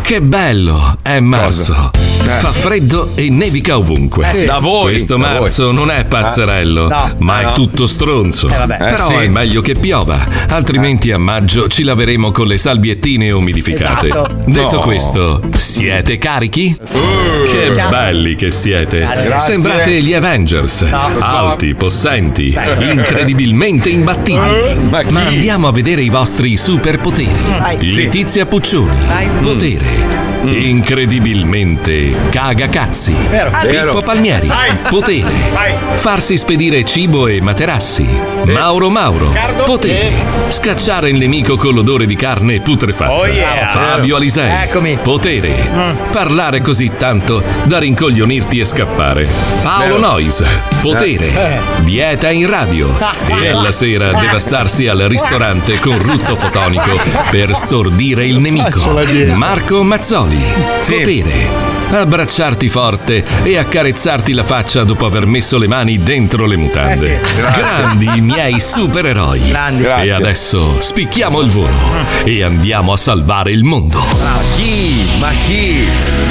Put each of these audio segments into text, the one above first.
Che bello, è marzo. Fa freddo e nevica ovunque. Sì. Da voi. Questo da marzo voi. non è pazzerello, ma è tutto stronzo. Però sì. è meglio che piova, altrimenti a maggio ci laveremo con le salviettine umidificate. Esatto. Detto questo, siete carichi? Che belli che siete. Grazie. Sembrate gli Avengers. Alti, possenti, incredibilmente imbattibili. Ma chi? Ma andiamo a vedere i vostri superpoteri. Letizia Puccioni. Potere. Incredibilmente cagacazzi. Pippo Palmieri. Potere. Farsi spedire cibo e materassi. Mauro. Potere. Scacciare il nemico con l'odore di carne putrefatta. Fabio Alisei. Eccomi. Potere. Parlare così tanto da rincoglionirti e scappare. Paolo Nois. Potere. Dieta in radio. E alla sera devastarsi al ristorante con rutto fotonico per stordire il nemico. Marco Mazzoli. Potere. Abbracciarti forte e accarezzarti la faccia dopo aver messo le mani dentro le mutande. Grandi i miei supereroi. Grandi. E adesso spicchiamo il volo e andiamo a salvare il mondo. Ma chi?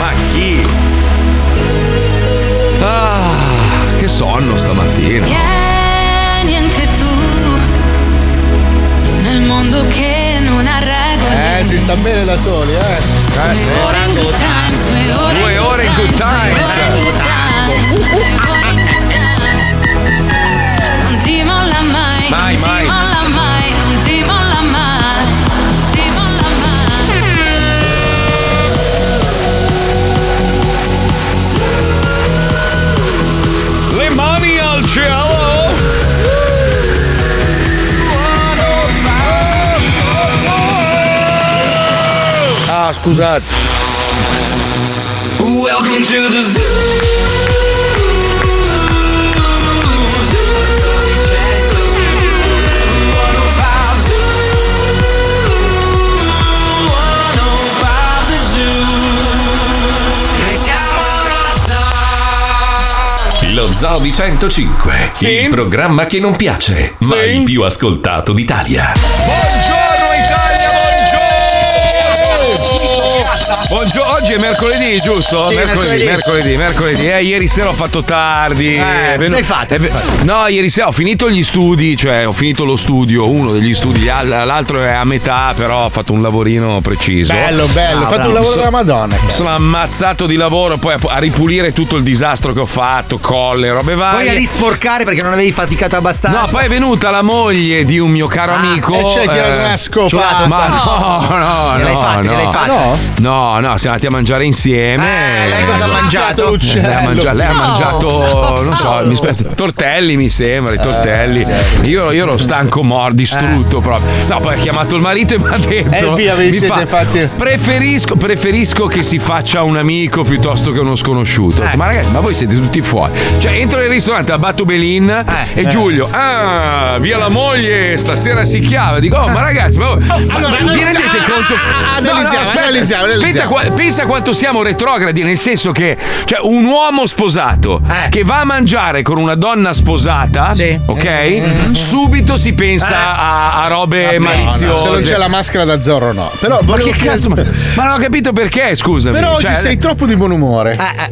Che sonno stamattina. Vieni anche tu nel mondo che non ha regole. Si sta bene da soli, 2 ore in good times, 2 ore 2 ore in good times. 2 ore in good times, 2 ore in good times. Non ti molla mai, Mai, non mai. ti molla mai, non ti molla mai, non ti molla mai. Le mani al cielo. Scusate. Welcome to the zoo. Lo Zoo di 105, il programma che non piace, ma il più ascoltato d'Italia. Buongiorno Italia, buongiorno. Oggi è mercoledì, giusto? Sì, mercoledì. Ieri sera ho fatto tardi. Cosa hai fatto? No, ieri sera ho finito gli studi, cioè ho finito lo studio, uno degli studi, l'altro è a metà, però ho fatto un lavorino preciso. Bello, ho fatto un lavoro della Madonna. Mi sono ammazzato di lavoro, poi a ripulire tutto il disastro che ho fatto, colle, robe varie. Poi a risporcare perché non avevi faticato abbastanza. No, poi è venuta la moglie di un mio caro amico. E c'è tirato una scopata. Ma no. Gliel'hai fatta? No, siamo andati a mangiare insieme. Lei cosa ha mangiato? Lei ha mangiato, non so, tortelli mi sembra, i tortelli. Io ero stanco, distrutto proprio. No, poi ha chiamato il marito e mi ha detto: via, vi siete fatti. Preferisco che si faccia un amico piuttosto che uno sconosciuto. Ma ragazzi, ma voi siete tutti fuori. Cioè, entro nel ristorante a Batto Belin e Giulio, via la moglie, stasera si chiama. Dico, ma ragazzi, ma vi rendete conto? Analizziamo. Aspetta, pensa quanto siamo retrogradi, nel senso che cioè un uomo sposato che va a mangiare con una donna sposata, ok? Subito si pensa a robe maliziose. No, se non c'è la maschera da Zorro, no. Però ma che cazzo? Ma non ho capito perché, scusami. Però oggi sei troppo di buon umore.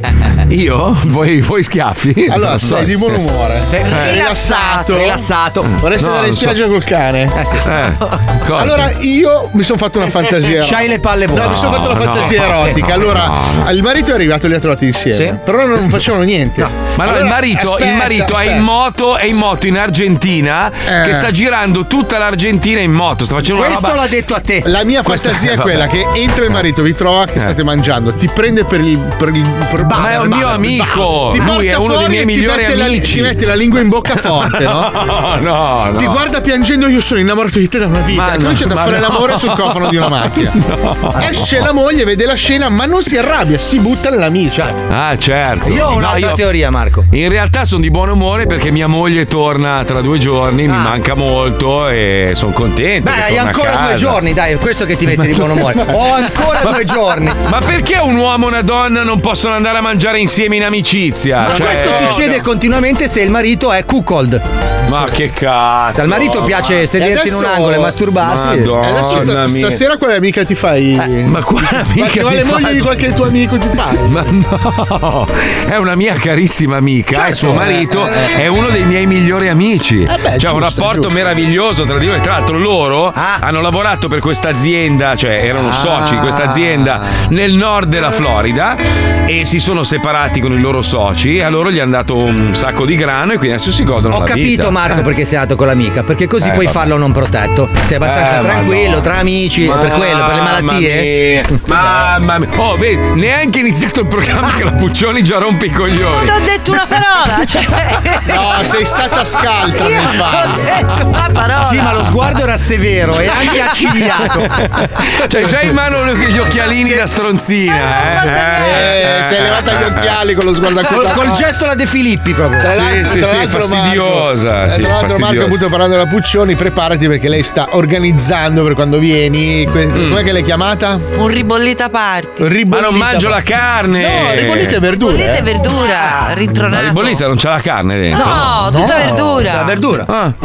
Io? Vuoi schiaffi? Allora, sei di buon umore. Sei rilassato. Vorresti andare in spiaggia col cane? Cosa? Allora, io mi sono fatto una fantasia. C'hai le palle buone. No, mi sono fatto una fantasia erotica. Allora, il marito è arrivato, li ha trovati insieme. Però non facevano niente. Ma allora, il marito è in moto in Argentina che sta girando tutta l'Argentina in moto. Sta facendo una Questo roba. l'ha detto a te. La mia fantasia è quella che entra il marito, vi trova che state mangiando, ti prende per ma è un mio amico. Lui è uno dei miei migliori amici. Ti mette la lingua in bocca forte, no? No. Ti guarda piangendo, io sono innamorato di te da una vita. E comincia a fare l'amore sul cofano di una macchina. Esce la moglie, vede la scena, ma non si arrabbia, si butta nella mischia. Ah, certo. Io ho un'altra teoria, Marco. In realtà sono di buon umore perché mia moglie torna tra 2 giorni, mi manca molto e sono contento. Beh, hai ancora 2 giorni, dai, è questo che ti mette di buon umore. Ho ancora 2 giorni. Ma perché un uomo e una donna non possono andare a mangiare insieme in amicizia? Ma questo succede continuamente se il marito è cuckold. Ma che cazzo! Al marito piace sedersi adesso- in un angolo e masturbarsi. E adesso stasera quale amica ti fai? Ma quale amica Quale moglie di qualche tuo amico ti pare? Ma no, è una mia carissima amica e suo marito è uno dei miei migliori amici. C'è un rapporto meraviglioso tra di noi. Tra l'altro loro hanno lavorato per questa azienda, cioè erano soci in questa azienda nel nord della Florida e si sono separati con i loro soci e a loro gli hanno dato un sacco di grano e quindi adesso si godono la vita. Ho capito, Marco, perché sei nato con l'amica, perché così puoi farlo non protetto. Sei abbastanza tranquillo, tra amici, per quello, per le malattie. Mamma mia. Oh, vedi, neanche iniziato il programma che la Puccioni già rompe i coglioni. Non ho detto una parola. No, sei stata scaltra nel farlo. Ho detto una parola. Sì, ma lo sguardo era severo e anche accigliato. Cioè, già in mano gli occhialini da stronzina. Sei levata gli occhiali con lo sguardo col gesto la De Filippi proprio. Sì, fastidiosa. Tra l'altro, Marco, appunto parlando della Puccioni, preparati perché lei sta organizzando per quando vieni. Com'è che l'hai chiamata? Un ribollita party. Ma non mangio la carne. No, ribollita e verdura. Ribollita e verdura, rintronato. La ribollita non c'ha la carne dentro. No, tutta verdura. La verdura.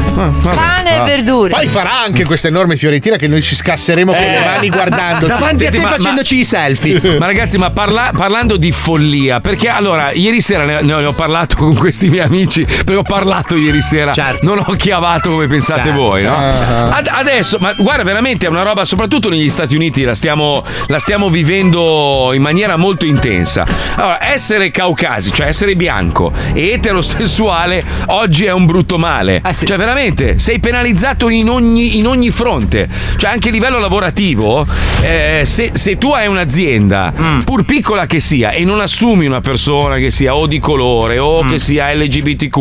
Pane e verdura. Poi farà anche questa enorme fiorentina che noi ci scasseremo con le mani guardando davanti a te facendoci i selfie. Ma ragazzi, ma parlando di follia, perché allora ieri sera ne ho parlato con questi miei amici, perché ho parlato ieri sera, non ho chiavato come pensate voi, no? Adesso, ma guarda, veramente è una roba, soprattutto negli Stati Uniti la stiamo vivendo in maniera molto intensa. Allora, essere caucasico, cioè essere bianco e eterosessuale oggi è un brutto male. Cioè veramente sei penalizzato in ogni fronte, cioè anche a livello lavorativo. Se tu hai un'azienda, pur piccola che sia, e non assumi una persona che sia o di colore o che sia LGBTQ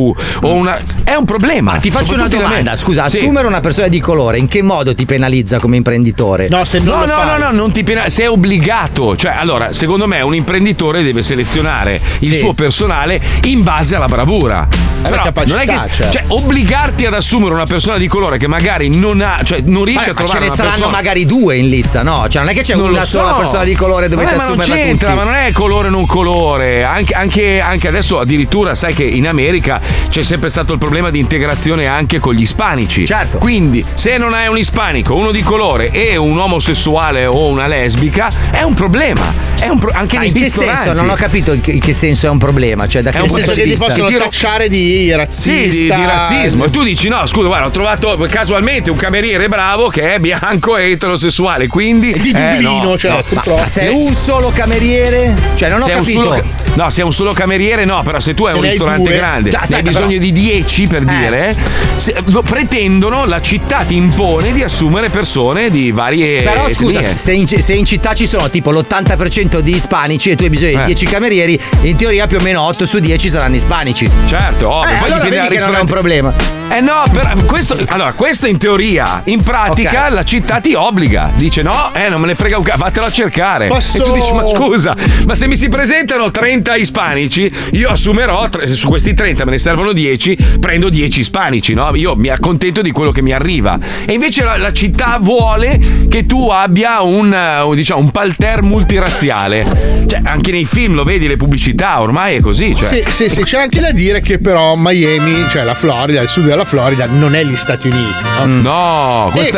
è un problema. Ma ti faccio una domanda, scusa, assumere una persona di colore in che modo ti penalizza come imprenditore? No, se non non ti penalizza, sei obbligato. Cioè, allora, secondo me un imprenditore deve selezionare il suo personale in base alla bravura. Però non è che obbligarti ad assumere una persona di colore che magari non ha, cioè non riesce a trovare ce ne una saranno persona. magari due in lizza, no? Cioè non è che c'è una sola persona di colore, dovete assumerla tutti. Ma non è colore o non colore, anche adesso addirittura sai che in America c'è sempre stato il problema di integrazione anche con gli ispanici. Certo. Quindi se non hai un ispanico, uno di colore e un omosessuale o una lesbica è un problema. Anche nei ristoranti. In che senso? Non ho capito in che senso è un problema. Cioè, da che senso che ti possono tacciare di razzista. Sì, di razzismo. E tu dici no, scusa, guarda, ho trovato casualmente un cameriere bravo che è bianco e eterosessuale, quindi di Dublino, ma sei un solo cameriere? Cioè non ho capito. Se è un solo cameriere no, però se tu hai un ristorante grande ne hai bisogno di 10 per dire, pretendono, la città ti impone di assumere persone di varie però scusa, se in città ci sono tipo l'80% di ispanici e tu hai bisogno di 10 camerieri, in teoria più o meno 8 su 10 saranno ispanici. Certo, ovvio. Poi allora vedi che non è un problema. No, questo in teoria, in pratica la città ti obbliga. Dice no, non me ne frega un cazzo, vattelo a cercare. E tu dici ma scusa, ma se mi si presentano 30 ispanici, io assumerò su questi 30 me ne servono 10, prendo 10 ispanici, no? Io mi accontento di quello che mi arriva. E invece la città vuole che tu abbia un parterre multirazziale. Cioè, anche nei film lo vedi, le pubblicità, ormai è così. Cioè. Sì, c'è anche da dire che però Miami, cioè la Florida, il sud della Florida, non è gli Stati Uniti. No, questo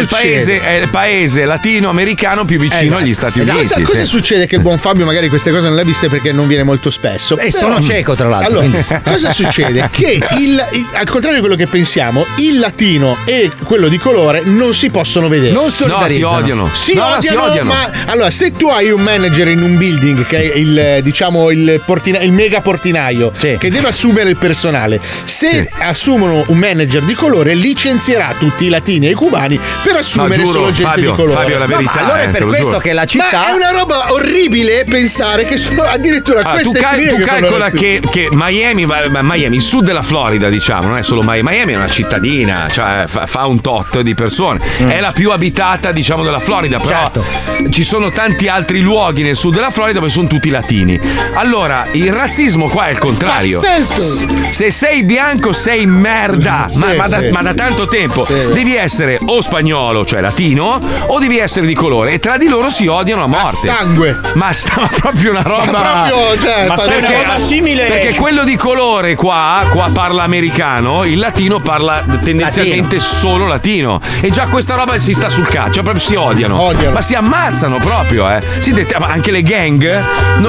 è il paese latinoamericano più vicino agli Stati Uniti. Cosa succede? Che il buon Fabio magari queste cose non le ha viste perché non viene molto spesso. Sono cieco, tra l'altro. Allora, cosa succede? Che al contrario di quello che pensiamo, il latino e quello di colore non si possono vedere. Non solidarizzano. Si odiano. Ma allora, se tu hai un manager in un building che è il mega portinaio che deve assumere il personale, se assumono un manager di colore, licenzierà tutti i latini e i cubani per assumere solo gente di colore. Fabio, la verità, ma allora è per questo che la città. Ma è una roba orribile pensare che sono addirittura queste tu calcola che Miami, il sud della Florida, diciamo, non è solo Miami è una cittadina, cioè fa un tot di persone, è la più abitata, diciamo, della Florida, però ci sono tanti altri luoghi nel sud della Florida dove sono tutti latini. Allora il razzismo qua è il contrario. Se sei bianco sei merda, ma da tanto tempo devi essere o spagnolo, cioè latino, o devi essere di colore, e tra di loro si odiano a morte. Sangue. Ma proprio una roba. Perché quello di colore qua parla americano, il latino parla tendenzialmente solo latino. E già questa roba si sta sul cazzo, proprio si odiano. Ma si ammazzano proprio, anche le gang,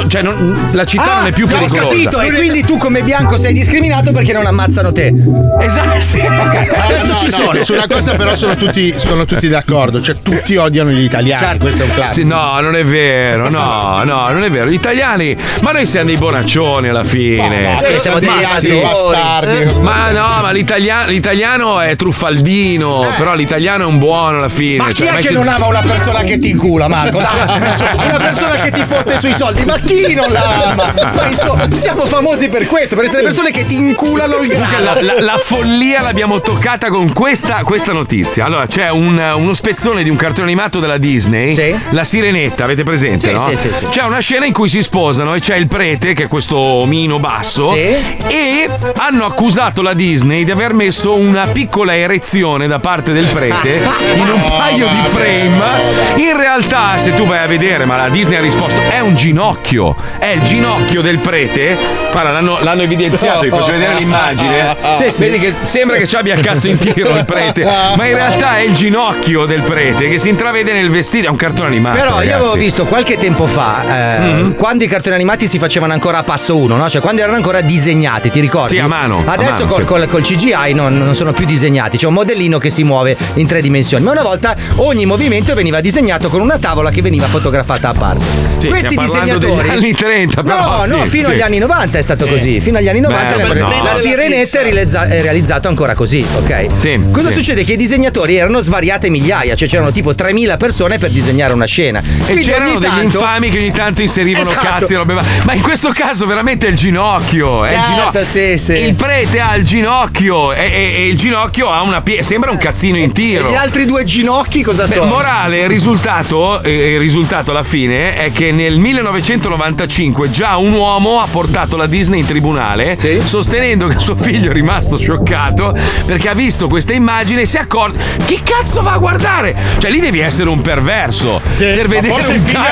la città non è più pericolosa. Ho capito, e quindi tu come bianco sei discriminato perché non ammazzano te. Esatto, sì. Adesso ci sono. Su una cosa però sono tutti d'accordo, cioè tutti odiano gli italiani, certo. Questo è un classico. Sì, no, non è vero, no, non è vero. Gli italiani, ma noi siamo dei bonaccioni alla fine. Siamo dei bastardi. Ma no, ma l'italiano è truffaldino, però l'italiano è un buono alla fine. Ma chi è che non ama una persona che ti incula, Marco? Una persona che ti fotte sui soldi, ma chi non la ama? Siamo famosi per questo, per essere persone che ti inculano il grano. La follia l'abbiamo toccata con questa notizia. Allora, c'è uno spezzone di un cartone animato della Disney, sì? La Sirenetta, avete presente? Sì, no? sì. C'è una scena in cui si sposano e c'è il prete, che è questo omino basso, sì? E hanno accusato la Disney di aver messo una piccola erezione da parte del prete in un paio di frame. In realtà, se tu vai a vedere, ma la Disney ha risposto, è un ginocchio, è il ginocchio del prete. Guarda, l'hanno evidenziato, vi faccio vedere l'immagine. Sì. Vedi che sembra che ci abbia il cazzo in tiro il prete, ma in realtà è il ginocchio del prete che si intravede nel vestito. È un cartone animato. Però ragazzi, io avevo visto qualche tempo fa quando i cartoni animati si facevano ancora a passo 1, no? Cioè quando erano ancora disegnati, ti ricordi? Sì, a mano. Adesso col CGI non sono più disegnati, c'è un modellino che si muove in 3 dimensioni, ma una volta ogni movimento veniva disegnato con una tavola che veniva fotografata a parte. Sì, questi disegnatori degli anni 30, però no, fino agli anni 90 è stato così. Fino agli anni 90 la Sirenetta è realizzato ancora così, ok? Sì, cosa succede? Che i disegnatori erano svariate migliaia, cioè c'erano tipo 3000 persone per disegnare una scena. E quindi c'erano degli infami che ogni tanto inserivano cazzi e robe. Ma in questo caso veramente è il ginocchio. È il ginocchio. Sì. Il prete ha il ginocchio e il ginocchio ha una sembra un cazzino in tiro. E gli altri 2 ginocchi cosa sono? Morale, il risultato alla fine è che nel 1995 già un uomo ha portato la Disney in tribunale, sì? Sostenendo che suo figlio è rimasto scioccato perché ha visto questa immagine e si è accorto. Chi cazzo va a guardare? Cioè lì devi essere un perverso per vedere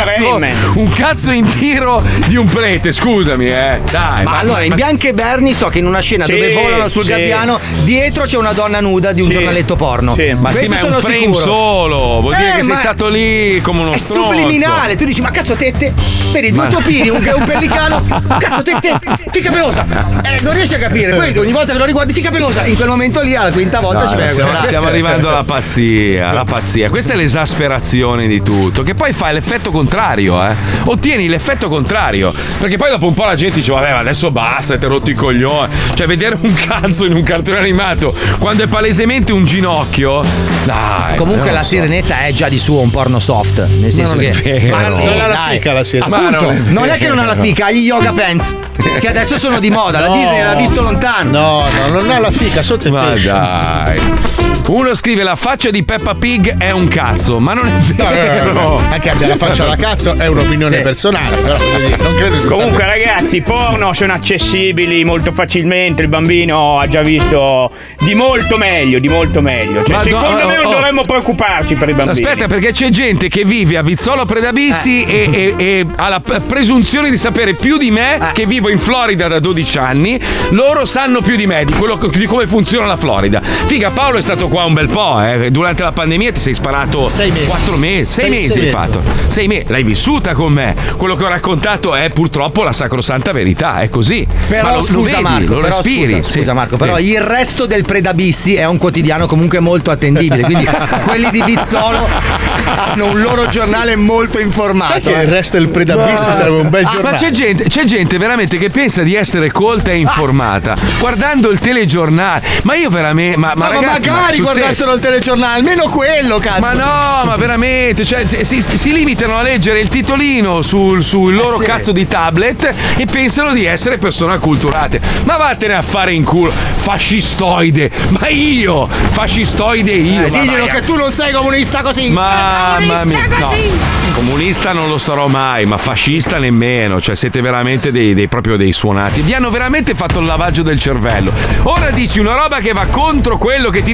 un cazzo in tiro di un prete, scusami, dai. Ma allora in Bianca e Bernie so che in una scena dove volano sul gabbiano dietro c'è una donna nuda di un giornaletto porno. Ma sì, ma è un frame sicuro. Solo vuol dire che sei stato lì come uno stronzo. È subliminale, tu dici ma cazzo tette, vedi 2 topini, un pellicano, cazzo tette, fica pelosa, non riesci a capire, poi ogni volta che lo riguardi fica pelosa, in quel momento lì alla quinta volta ci vai a guardare. Stiamo arrivando alla pazzia, questa è l'esasperazione di tutto, che poi fa l'effetto contrario, ottieni l'effetto contrario, perché poi dopo un po' la gente dice vabbè ma adesso basta, ti hai rotto i coglioni, cioè vedere un cazzo in un cartone animato quando è palesemente un ginocchio, dai. Comunque la Sirenetta è già di suo un porno soft, nel senso che non ha la fica la Sirenetta. Appunto, non è che non ha la fica, ha gli yoga pants che adesso sono di moda, la Disney l'ha visto lontano. No, non ha la fica, sotto il pesce. Dai. Uno scrive la faccia di Peppa Pig è un cazzo, ma non è vero. No. Anche abbia la faccia da cazzo è un'opinione personale, però non credo. Comunque ragazzi, i porno sono accessibili molto facilmente, il bambino ha già visto di molto meglio. Cioè, secondo me non dovremmo preoccuparci per i bambini. Aspetta, perché c'è gente che vive a Vizzolo Predabissi e ha la presunzione di sapere più di me, che vivo in Florida da 12 anni. Loro sanno più di me di come funziona la Florida. Figa, Paolo è stato qua un bel po', durante la pandemia ti sei sparato 6 mesi. 4 mesi, 6 mesi hai fatto. 6 mesi, l'hai vissuta con me. Quello che ho raccontato è purtoppo la sacrosanta verità, è così. Però ma scusa Marco, lo respiri. Scusa Marco, però il resto del Predabissi è un quotidiano comunque molto attendibile, quindi quelli di Vizzolo hanno un loro giornale molto informato. Sai che il resto del Predabissi sarebbe un bel giornale. Ma c'è gente veramente che pensa di essere colta e informata guardando il telegiornale. Ma io veramente ragazzi, magari guardassero il telegiornale, almeno quello, cazzo. Ma no, ma veramente, cioè si limitano a leggere il titolino sul loro cazzo di tablet e pensano di essere persone acculturate. Ma vattene a fare in culo, fascistoide. Ma io, fascistoide io. Diglielo che tu non sei comunista così. Mamma mia. No, comunista non lo sarò mai, ma fascista nemmeno. Cioè siete veramente proprio dei suonati. Vi hanno veramente fatto il lavaggio del cervello. Ora dici una roba che va contro quello che ti dice il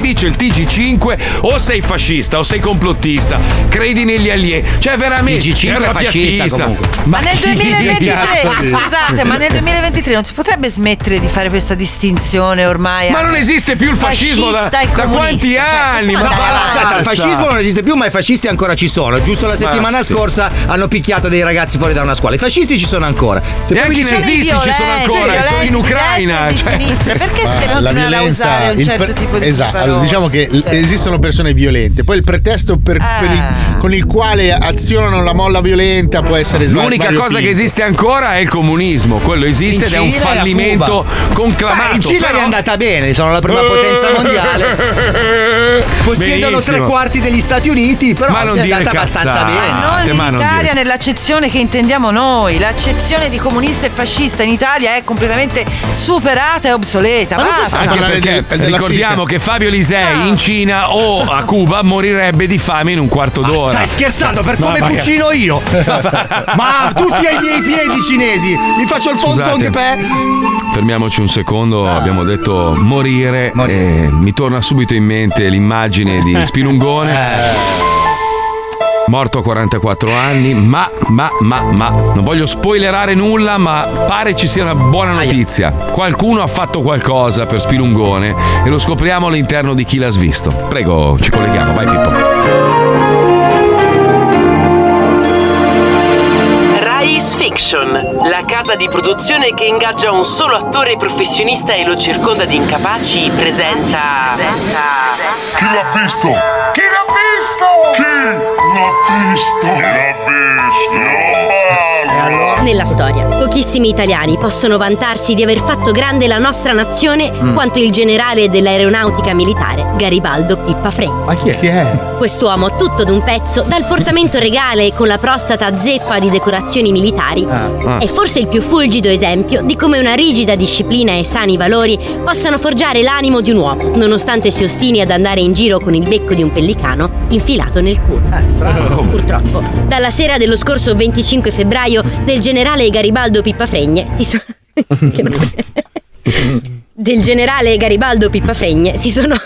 TG5 o sei fascista o sei complottista, credi negli alieni, cioè veramente TG5 è fascista comunque. Ma nel 2023, scusate, ma nel 2023 non si potrebbe smettere di fare questa distinzione ormai? Ma non esiste più il fascismo da quanti anni? No, aspetta, il fascismo non esiste più, ma i fascisti ancora ci sono. Giusto la settimana scorsa hanno picchiato dei ragazzi fuori da una scuola. I fascisti ci sono ancora. E anche i nazisti ci sono ancora, sono in Ucraina. Perché si deve continuare a usare un certo tipo di esatto, parole? diciamo che esistono persone violente. Poi il pretesto con il quale azionano la molla violenta può essere l'unica cosa che esiste ancora è il comunismo. Quello esiste ed è un fallimento conclamato. In Cina è andata bene, sono la prima potenza mondiale. Possiedono 3/4 degli Stati Uniti, però ma non è andata abbastanza bene. Non in Italia nell'accezione che intendiamo noi. L'accezione di comunista e fascista in Italia è completamente superata e obsoleta. Basta. Anche perché ricordiamo che Fabio Lisei in Cina o a Cuba morirebbe di fame in un quarto d'ora. Stai scherzando, per come cucino io? Ma tutti ai miei piedi cinesi. Mi faccio il Fong Pe. Fermiamoci un secondo, abbiamo detto morire. E mi torna subito in mente l'immagine di Spilungone. Morto a 44 anni, ma non voglio spoilerare nulla, ma pare ci sia una buona notizia. Qualcuno ha fatto qualcosa per Spilungone e lo scopriamo all'interno di Chi l'ha svisto. Prego, ci colleghiamo, vai Pippo. Rise Fiction, la casa di produzione che ingaggia un solo attore professionista e lo circonda di incapaci, presenta... Chi l'ha visto? Chi l'ha visto? Chi l'ha visto? Chi l'ha visto? Nella storia, pochissimi italiani possono vantarsi di aver fatto grande la nostra nazione quanto il generale dell'aeronautica militare Garibaldo Pippa Fregna. Ma chi è? Quest'uomo, tutto d'un pezzo, dal portamento regale e con la prostata zeppa di decorazioni militari, è forse il più fulgido esempio di come una rigida disciplina e sani valori possano forgiare l'animo di un uomo, nonostante si ostini ad andare in giro con il becco di un pellicano infilato nel culo. Purtroppo, dalla sera dello scorso 25 febbraio del generale Garibaldo Pippa Fregne del generale Garibaldo Pippa Fregne si sono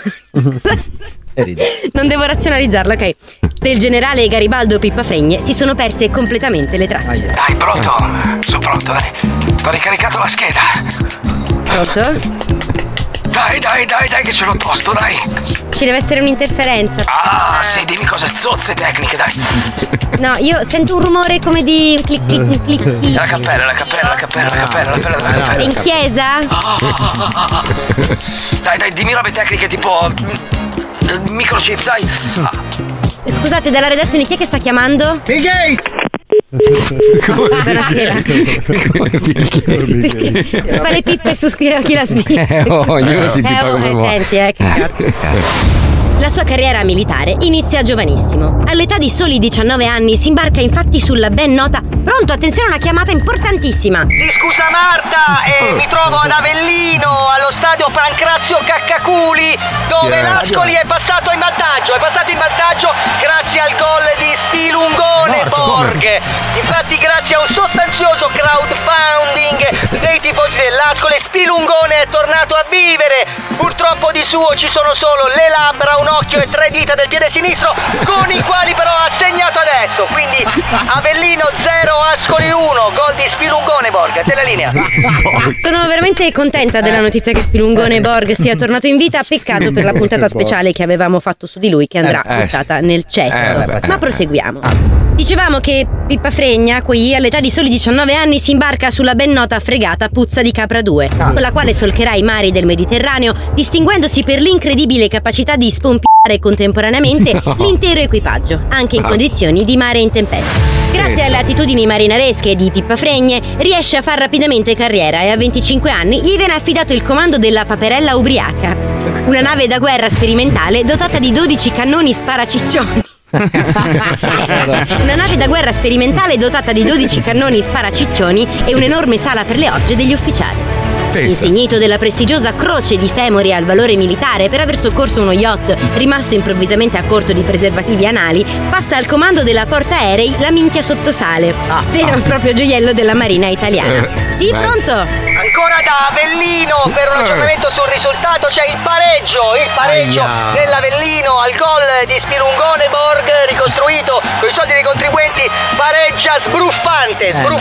non devo razionalizzarlo, ok? Del generale Garibaldo Pippa Fregne si sono perse completamente le tracce. Dai, pronto? Sono pronto, dai. Ho ricaricato la scheda. Pronto? Dai, che ce l'ho tosto, dai. Ci deve essere un'interferenza. Ah, sì, dimmi cose zozze tecniche, dai. No, io sento un rumore come di un clic. La cappella. In chiesa? Dai, dimmi robe tecniche tipo microchip, dai. Scusate, dalla redazione chi è che sta chiamando? Bill Gates! Fa le pippe su Chi l'ha svisto. Ognuno si pippa come vuole. Senti, che cazzo. La sua carriera militare inizia giovanissimo. All'età di soli 19 anni si imbarca infatti sulla ben nota... Pronto, attenzione, una chiamata importantissima. Sì, scusa Marta, mi trovo ad Avellino, allo stadio Pancrazio Caccaculi, dove l'Ascoli è passato in vantaggio. Grazie al gol di Spilungone Borg. Infatti grazie a un sostanzioso crowdfunding dei tifosi dell'Ascoli, Spilungone è tornato a vivere. Purtroppo di suo ci sono solo le labbra, un occhio e 3 dita del piede sinistro, con i quali però ha segnato adesso. Quindi Avellino 0, Ascoli 1, gol di Spilungone Borg. A te la linea. Sono veramente contenta della notizia che Spilungone Borg sia tornato in vita. Peccato per la puntata speciale che avevamo fatto su di lui, che andrà buttata nel cesso. Ma proseguiamo. Dicevamo che Pippa Fregna qui all'età di soli 19 anni si imbarca sulla ben nota fregata Puzza di Capra 2, con la quale solcherà i mari del Mediterraneo, distinguendosi per l'incredibile capacità di spompiare contemporaneamente l'intero equipaggio, anche in condizioni di mare in tempesta. Grazie alle attitudini marinaresche di Pippa Fregne riesce a far rapidamente carriera e a 25 anni gli viene affidato il comando della Paperella Ubriaca, una nave da guerra sperimentale dotata di 12 cannoni sparaciccioni. Una nave da guerra sperimentale dotata di 12 cannoni sparaciccioni e un'enorme sala per le orge degli ufficiali. Insignito della prestigiosa Croce di Femori al valore militare per aver soccorso uno yacht rimasto improvvisamente a corto di preservativi anali, passa al comando della portaerei la Minchia Sottosale, vero e proprio gioiello della Marina italiana. Sì, pronto? Ancora da Avellino per un aggiornamento sul risultato c'è il pareggio dell'Avellino al gol di Spilungone Borg, ricostruito con i soldi dei contribuenti, pareggia sbruffante 1-1,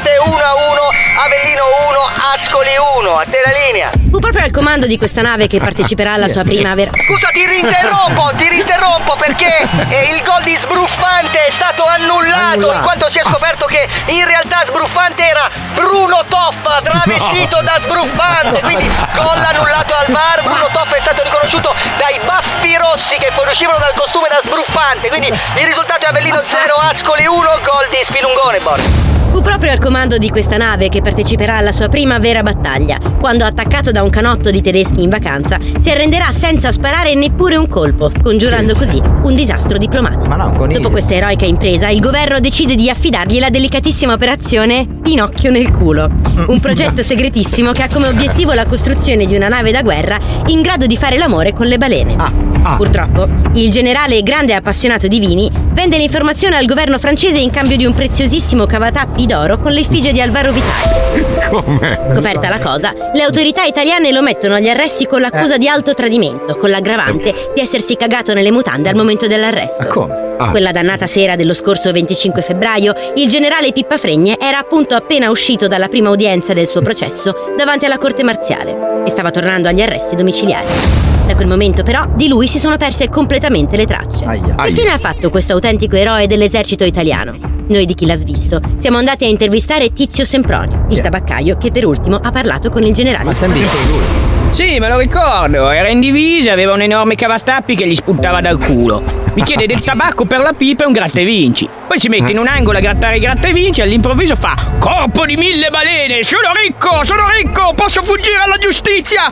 Avellino 1, Ascoli 1, a te la linea. Fu proprio al comando di questa nave che parteciperà alla sua prima Scusa, ti rinterrompo perché il gol di Sbruffante è stato annullato in quanto si è scoperto che in realtà Sbruffante era Bruno Toffa travestito da Sbruffante, quindi gol annullato al VAR. Bruno Toffa è stato riconosciuto dai baffi rossi che fuoriuscivano dal costume da Sbruffante, quindi il risultato è Avellino 0, Ascoli 1, gol di Spilungone Borg. Fu proprio al comando di questa nave che parteciperà alla sua prima vera battaglia, quando attaccato da un canotto di tedeschi in vacanza si arrenderà senza sparare neppure un colpo, scongiurando così un disastro diplomatico. Dopo questa eroica impresa, il governo decide di affidargli la delicatissima operazione Pinocchio nel culo, un progetto segretissimo che ha come obiettivo la costruzione di una nave da guerra in grado di fare l'amore con le balene. Purtroppo, il generale e grande appassionato di vini vende l'informazione al governo francese in cambio di un preziosissimo cavatappi d'oro con l'effigie di Alvaro Vitali. Scoperta la cosa, le autorità italiane lo mettono agli arresti con l'accusa di alto tradimento, con l'aggravante di essersi cagato nelle mutande al momento dell'arresto. Quella dannata sera dello scorso 25 febbraio, il generale Pippa Fregne era appunto appena uscito dalla prima udienza del suo processo davanti alla corte marziale e stava tornando agli arresti domiciliari. Da quel momento però di lui si sono perse completamente le tracce. Che fine ha fatto questo autentico eroe dell'esercito italiano? Noi di Chi l'ha svisto siamo andati a intervistare Tizio Sempronio, il tabaccaio che per ultimo ha parlato con il generale. Sì, me lo ricordo, era in divisa, aveva un enorme cavatappi che gli spuntava dal culo. Mi chiede del tabacco per la pipa e un gratta e vinci. Poi si mette in un angolo a grattare i gratta e vinci e all'improvviso fa: corpo di 1000 balene, sono ricco, posso fuggire alla giustizia,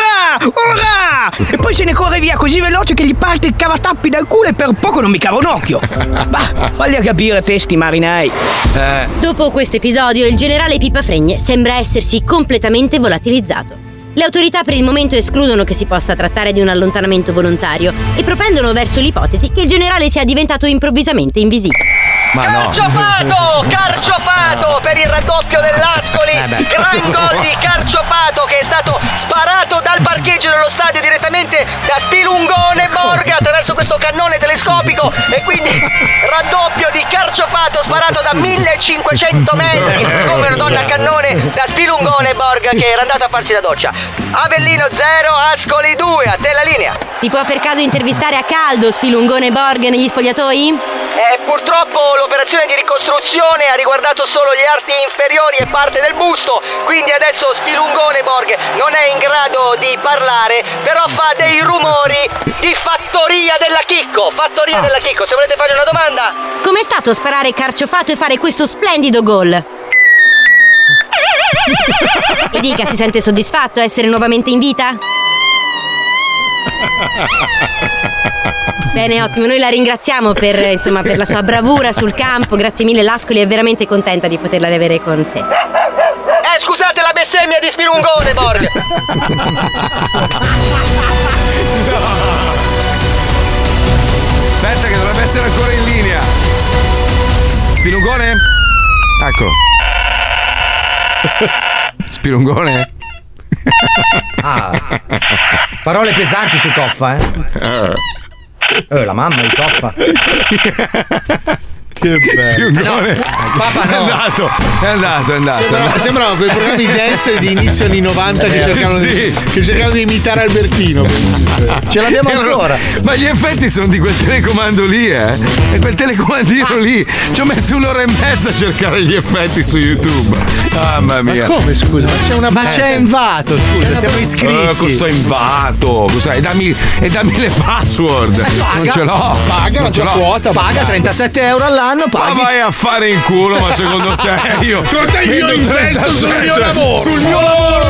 urrà! E poi se ne corre via così veloce che gli parte il cavatappi dal culo e per poco non mi cava un occhio. Bah, fagli a capire testi marinai. Dopo questo episodio il generale Pippa Fregne sembra essersi completamente volatilizzato. Le autorità per il momento escludono che si possa trattare di un allontanamento volontario e propendono verso l'ipotesi che il generale sia diventato improvvisamente invisibile. Carciofato per il raddoppio dell'Ascoli. Gran gol di Carciofato che è stato sparato dal parcheggio dello stadio direttamente da Spilungone Borg attraverso questo cannone telescopico e quindi raddoppio di Carciofato sparato da 1500 metri come una donna a cannone da Spilungone Borg che era andato a farsi la doccia. Avellino 0, Ascoli 2, a te la linea. Si può per caso intervistare a caldo Spilungone Borg negli spogliatoi? Purtroppo l'operazione di ricostruzione ha riguardato solo gli arti inferiori e parte del busto, quindi adesso Spilungone Borg non è in grado di parlare, però fa dei rumori di fattoria della Chicco. Se volete fare una domanda. Com'è stato sparare Carciofato e fare questo splendido gol? E dica, si sente soddisfatto a essere nuovamente in vita? Bene, ottimo, noi la ringraziamo per la sua bravura sul campo, grazie mille, l'Ascoli è veramente contenta di poterla avere con sé. Scusate la bestemmia di Spilungone Borg. Aspetta che dovrebbe essere ancora in linea. Spilungone? Eccolo. Spilungone? Parole pesanti su Toffa, la mamma di Toffa. Che bello. Papà no. È andato. Sembrava quei programmi dance di inizio anni 90 che cercavano di imitare Albertino. Ce l'abbiamo ancora. Ma gli effetti sono di quel telecomando lì, È quel telecomandino lì. Ci ho messo 1 ora e mezza a cercare gli effetti su YouTube. Mamma mia. Ma come, scusa? Ma c'è invato, scusa, siamo iscritti. Costo invato. E dammi le password. Non ce l'ho. Paga la tua quota. Paga 37 euro all'anno. Ma vai a fare in culo, ma secondo te io investo sul mio lavoro. Sul mio lavoro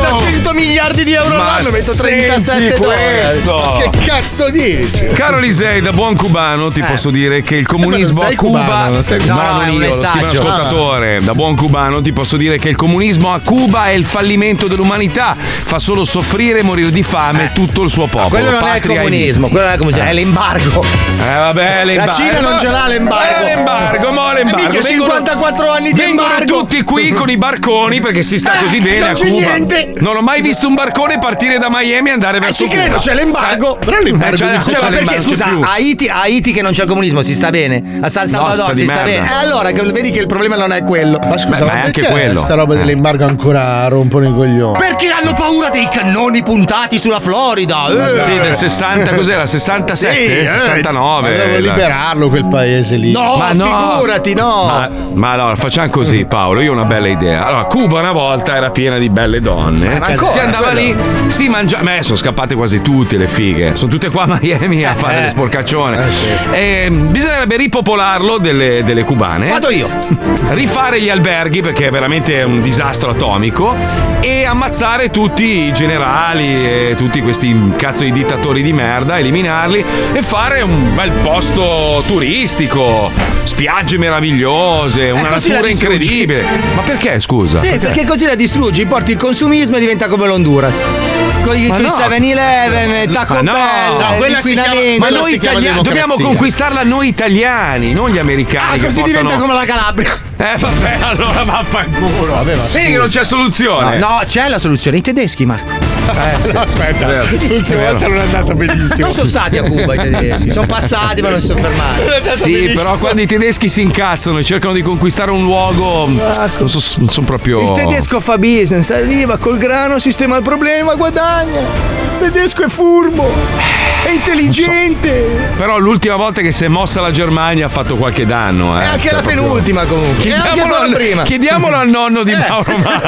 prendo 100 miliardi di euro l'anno, metto 37 dollari. Che cazzo dici? Caro Lisei, da buon cubano ti posso dire che il comunismo a Cuba. No, non è un io, lo scrive un messaggio. ascoltatore. Da buon cubano ti posso dire che il comunismo a Cuba è il fallimento dell'umanità. Fa solo soffrire e morire di fame tutto il suo popolo. Quello non è il Patria e comunismo, quello non è il comunismo, è l'embargo. Vabbè, La Cina non ce l'ha l'embargo. L'embargo. Mica 54 anni di Vengono embargo. tutti qui con i barconi perché si sta così bene non a c'è Cuba. niente. Non ho mai visto un barcone partire da Miami e andare verso Ci Cuba. credo, c'è l'embargo. Però l'embargo Cioè, ma perché scusa, a Haiti che non c'è il comunismo si sta bene, a San Salvador si sta bene. E allora vedi che il problema non è quello. Ma scusa, ma è anche perché quello. sta roba dell'embargo ancora rompono i coglioni? Perché hanno paura dei cannoni puntati sulla Florida. Sì, del 60, cos'era? 67? 69. Ma devo liberarlo quel paese lì. No, Ma no. figurati, no. Ma allora facciamo così, Paolo. Io ho una bella idea. Allora, Cuba una volta era piena di belle donne. Ma ancora, si andava lì, si mangiava. Sono scappate quasi tutte le fighe. Sono tutte qua a Miami a fare le sporcaccione. Bisognerebbe ripopolarlo delle cubane. Vado io. Rifare gli alberghi perché è veramente un disastro atomico. E ammazzare tutti i generali e tutti questi cazzo di dittatori di merda, eliminarli e fare un bel posto turistico, spiagge meravigliose, una così natura la distruggi. incredibile. Ma perché, scusa? Sì, perché così la distruggi, porti il consumismo e diventa come l'Honduras. Con i Ma no. 7-Eleven, Taco Ma no. Bell, quella si chiama- l'inquinamento. Ma Quella noi si chiama italiani dobbiamo democrazia. conquistarla noi italiani, non gli americani. che Così portano- diventa come la Calabria. Vabbè, allora vaffanculo. Vabbè, ma Vedi che non c'è soluzione. No, c'è la soluzione, i tedeschi, Marco. No, aspetta, l'ultima volta non è andata benissimo. Non sono stati a Cuba i tedeschi, sono passati ma non si sono fermati. Sì, però quando i tedeschi si incazzano e cercano di conquistare un luogo, non sono proprio. Il tedesco fa business, arriva col grano, sistema il problema, guadagna. Il tedesco è furbo, è intelligente. Però l'ultima volta che si è mossa la Germania ha fatto qualche danno. E anche la penultima comunque. E anche quella prima. Chiediamolo al nonno di Mauro Mauro.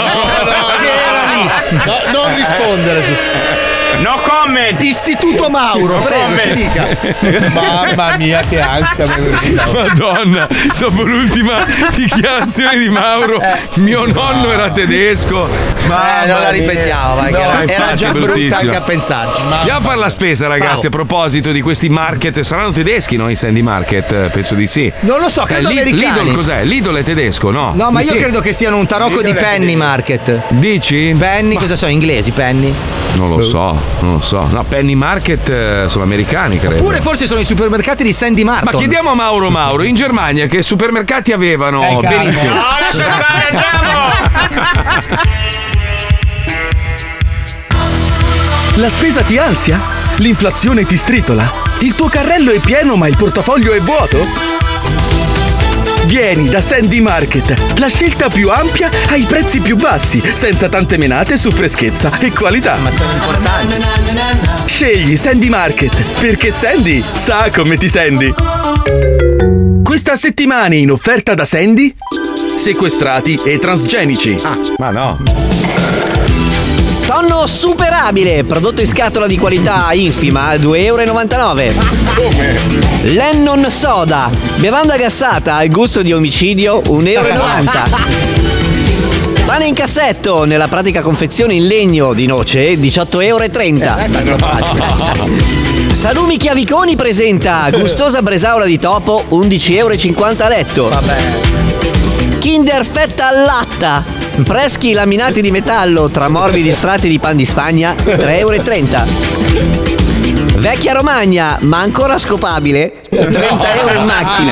No, non rispondere. No comment. Istituto Mauro, prego, ci dica. Mamma mia, che ansia. Madonna, dopo l'ultima dichiarazione di Mauro, mio nonno era tedesco. Non la ripetiamo, vai, che era infatti, già brutta bruttissimo. anche a pensarci. Andiamo a fare la spesa, ragazzi. A proposito di questi market, saranno tedeschi, no? I Sandy Market? Penso di sì. Non lo so, credo americani. Lidl cos'è? Lidl è tedesco, no? No, ma io Sì. credo che siano un tarocco di Penny Market. Dici? Penny, cosa sono? Inglesi, Penny? Non lo so. No, Penny Market sono americani, credo. Oppure forse sono i supermercati di Sandy Martin. Ma chiediamo a Mauro, in Germania che supermercati avevano? Benissimo. No, lascia stare, andiamo. La spesa ti ansia? L'inflazione ti stritola? Il tuo carrello è pieno ma il portafoglio è vuoto? Vieni da Sandy Market, la scelta più ampia ai prezzi più bassi, senza tante menate su freschezza e qualità. Ma sono importanti. Scegli Sandy Market, perché Sandy sa come ti senti. Questa settimana in offerta da Sandy, sequestrati e transgenici. Ma no. Tonno superabile, prodotto in scatola di qualità infima, €2,99. Come? Lennon Soda, bevanda gassata al gusto di omicidio, €1,90. Pane in cassetto, nella pratica confezione in legno di noce, €18,30. Salumi Chiaviconi presenta gustosa bresaola di topo, €11,50 a letto. Kinder fetta al latta, freschi laminati di metallo tra morbidi strati di pan di Spagna, €3,30. Vecchia Romagna, ma ancora scopabile, €30 in macchina.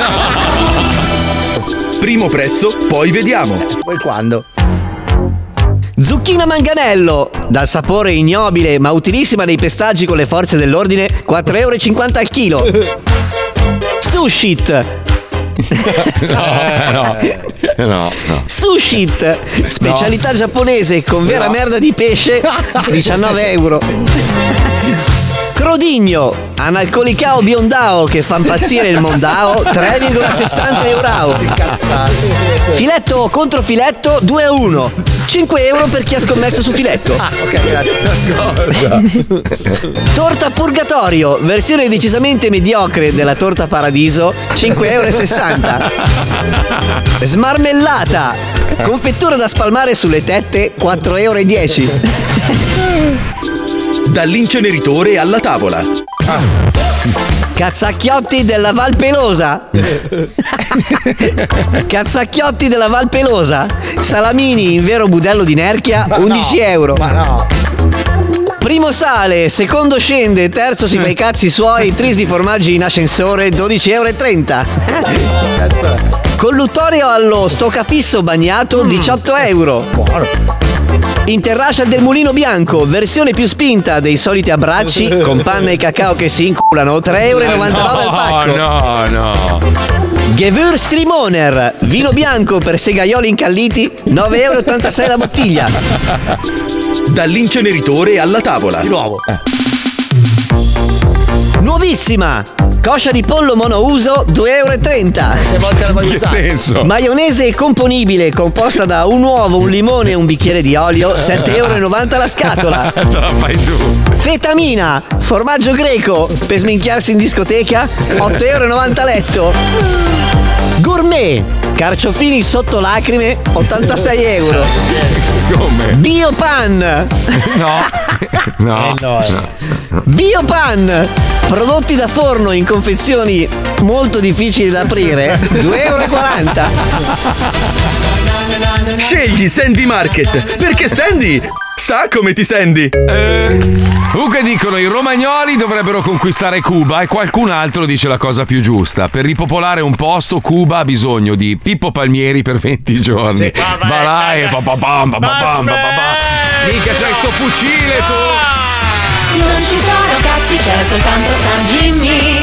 Primo prezzo, poi vediamo. Poi quando? Zucchina Manganello, dal sapore ignobile ma utilissima nei pestaggi con le forze dell'ordine, €4,50 al chilo. Sushit. No. Sushit, specialità giapponese con vera merda di pesce, €19. Crodigno, analcolicao biondao che fa impazzire il mondao, 3,60 euro. Filetto contro filetto, 2-1. 5 euro per chi ha scommesso su filetto. Ok, grazie. Torta purgatorio, versione decisamente mediocre della torta paradiso, 5,60 euro. Smarmellata, confettura da spalmare sulle tette, 4,10 euro. Dall'inceneritore alla tavola. Cazzacchiotti della Val Pelosa. Cazzacchiotti della Val Pelosa. Salamini in vero budello di Nerchia, 11 euro. Ma no. Primo sale, secondo scende, terzo si fa i cazzi suoi, tris di formaggi in ascensore, 12,30 euro. Colluttorio allo stoccafisso bagnato, 18 euro. Interrascia del Mulino Bianco, versione più spinta dei soliti abbracci con panna e cacao che si inculano, 3,99 euro al pacco. No. Gewürztraminer, vino bianco per segaioli incalliti, 9,86 euro la bottiglia. Dall'inceneritore alla tavola. Di nuovo. Nuovissima! Coscia di pollo monouso, 2,30 euro. Che volte la voglio Che usare? senso? Maionese componibile composta da un uovo, un limone e un bicchiere di olio, 7,90 euro la scatola. Te la fai tu. Fetamina, formaggio greco per sminchiarsi in discoteca, 8,90 euro a letto. Gourmet, carciofini sotto lacrime, 86 euro. Come? Biopan. No. Biopan, prodotti da forno in confezioni molto difficili da aprire, 2,40 euro. Scegli Sandy Market, perché Sandy sa come ti senti. Comunque dicono i romagnoli dovrebbero conquistare Cuba e qualcun altro dice la cosa più giusta. Per ripopolare un posto Cuba ha bisogno di Pippo Palmieri per 20 giorni. Sì. Va là e mica c'hai sto fucile tu. Non ci sono cazzi, c'è soltanto San Jimmy.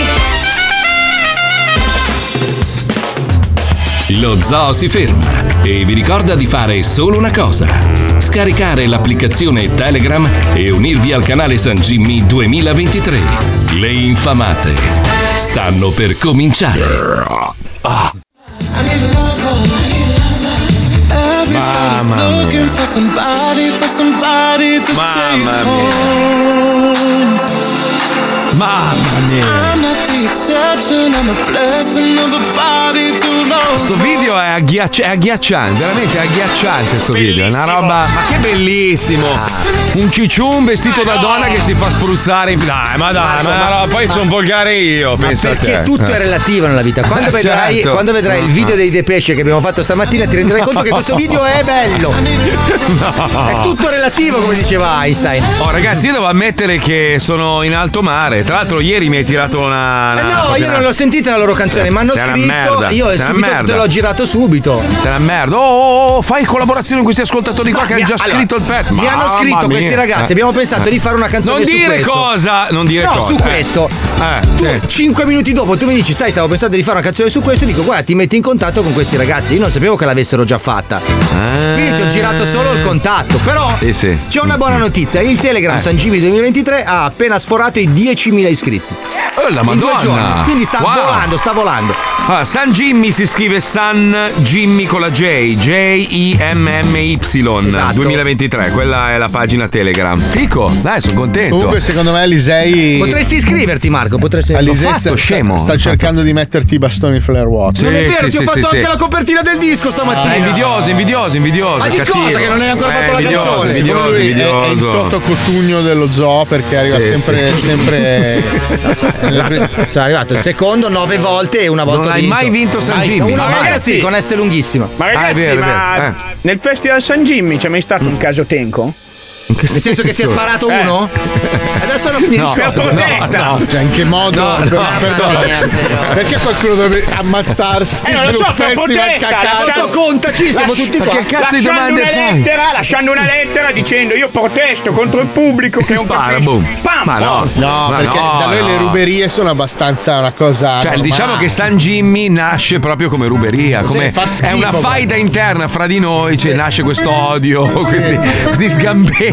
Lo zoo si ferma e vi ricorda di fare solo una cosa: scaricare l'applicazione Telegram e unirvi al canale San Jimmy 2023. Le infamate stanno per cominciare. Mamma mia. Mamma mia. Sto video è agghiacciante, veramente agghiacciante sto video. È una roba. Ma che bellissimo! Un cicciun vestito da donna che si fa spruzzare in. Dai, ma poi sono volgare io. Pensa Perché a te. tutto è relativo nella vita. Quando vedrai, Certo. quando vedrai il video dei Depeche che abbiamo fatto stamattina, ti renderai conto che questo video è bello. È tutto relativo, come diceva Einstein. Oh ragazzi, io devo ammettere che sono in alto mare. Tra l'altro ieri mi hai tirato una. No, io non l'ho sentita la loro canzone, mi hanno Sei una scritto. merda, Io sei una subito merda. te l'ho girato subito. Sei una merda. Oh, fai collaborazione con questi ascoltatori qua che hanno già scritto il pezzo. Mi hanno Mamma scritto mia. questi ragazzi, abbiamo pensato di fare una canzone Non su dire questo. cosa, non dire no, cosa. su questo. Sì. 5 minuti dopo tu mi dici, sai, stavo pensando di fare una canzone su questo, e dico, guarda, ti metti in contatto con questi ragazzi. Io non sapevo che l'avessero già fatta. Quindi ti ho girato solo il contatto. Però Sì. c'è una buona notizia. Il Telegram San Jimmy 2023 ha appena sforato i 10.000 iscritti. La In 2 Madonna. giorni. Quindi sta Wow. volando, sta volando. Ah, San Jimmy si scrive San Jimmy con la J, Jimmy Esatto. 2023, quella è la pagina Telegram. Fico, dai, sono contento. Comunque, secondo me, Alisei. Potresti iscriverti, Marco. Potresti. Alisei L'ho fatto, scemo. sta cercando di metterti i bastoni in flare water. Non è vero, sì, ti ho sì, fatto sì, anche sì. la copertina del disco stamattina. Invidioso. Ma di cattivo. cosa? Che non hai ancora fatto la invidioso, canzone? Invidioso, Secondo lui è il invidioso. Toto Cotugno dello zoo, perché arriva sempre. Sono arrivato il secondo 9 volte e una volta Non ho hai vinto. mai vinto San Jimmy? Una volta Ragazzi. sì, con S lunghissima. Ma ragazzi, è vero, è ma vero. nel Festival San Jimmy c'è mai stato un caso Tenco? Nel senso che si è sparato uno? Adesso non mi No, ricordo. per protesta. no, cioè in che modo? Perdona. Perché qualcuno deve ammazzarsi non lo per so, un per festival protesta, cacato? Adesso contaci, siamo tutti qua. che cazzo di domande fai? Lasciando una lettera dicendo io protesto contro il pubblico E si che non spara, capisce. boom. Pam, Ma no. No, Ma perché no, da noi le no. ruberie sono abbastanza una cosa. Cioè, normale. diciamo che San Jimmy nasce proprio come ruberia, come fa schifo, è una faida proprio. interna fra di noi, cioè nasce questo odio, questi sgambetti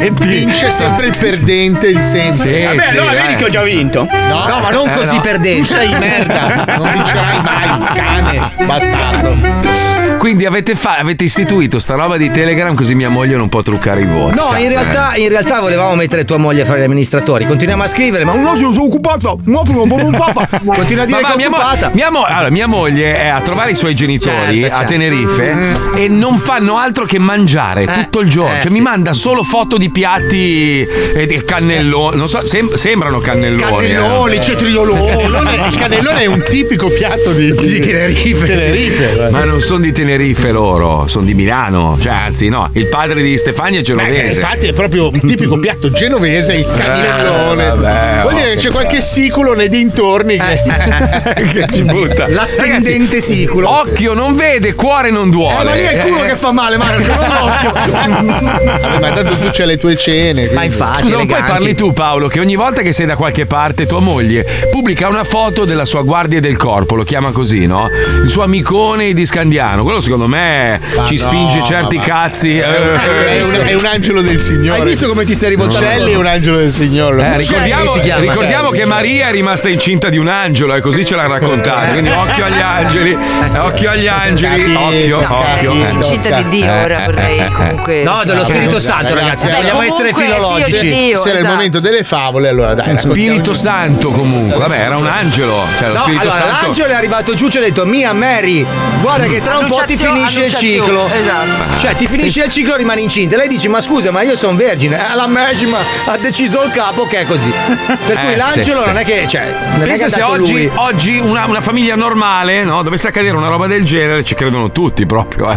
precedenti. Vince sempre il perdente di sempre. Sì, Vabbè, sì, allora vedi che ho già vinto. No, ma non così no. perdente. Tu sei merda, non vincerai mai, cane, bastardo. Quindi avete istituito sta roba di Telegram così mia moglie non può truccare i voti. No, in realtà volevamo mettere tua moglie fra gli amministratori. Continuiamo a scrivere, ma no, sono occupata. No, continua a dire che è occupata. Mia moglie è a trovare i suoi genitori Certo. a Tenerife e non fanno altro che mangiare tutto il giorno. Cioè mi manda solo foto di piatti e cannelloni. Non so, sembrano cannelloni. Cannelloni, cetrioloni. Il cannellone è un tipico piatto di Tenerife. Ma non sono di Tenerife loro, sono di Milano. Cioè, anzi, no, il padre di Stefania è genovese. Infatti è proprio un tipico piatto genovese, il cannellone. Vuol dire che c'è qualche siculo nei dintorni che ci butta. L'attendente siculo. Occhio non vede, cuore non duole. Ma lì è il culo che fa male, Marco, non l'occhio. Vabbè, ma tanto tu c'hai le tue cene. Ma infatti. Scusa, ma poi parli tu, Paolo, che ogni volta che sei da qualche parte tua moglie pubblica una foto della sua guardia del corpo, lo chiama così, no? Il suo amicone di Scandiano. Quello secondo me ci spinge certi cazzi. È un angelo del Signore. Hai visto come ti sei rivoltato? Uccelli è un angelo del Signore. Ricordiamo che Maria è rimasta incinta di un angelo e così ce l'ha raccontato. Quindi occhio agli angeli, occhio agli angeli, occhio. Incinta di Dio ora vorrei comunque. No, dello Spirito Santo, ragazzi. Vogliamo essere filologici. Se era il momento delle favole, allora dai. Spirito Santo comunque. Vabbè, era un angelo. Cioè, lo Spirito allora, Santo. l'angelo è arrivato giù e ci ha detto: Mia Mary, guarda che tra un po' ti finisce il ciclo. Esatto. Cioè, ti finisce il ciclo e rimani incinta. Lei dice: Ma scusa, ma io sono vergine. La medesima ha deciso il capo che è così. Per cui l'angelo non è che. Cioè, non è che pensa se oggi una famiglia normale, no, dovesse accadere una roba del genere, ci credono tutti proprio.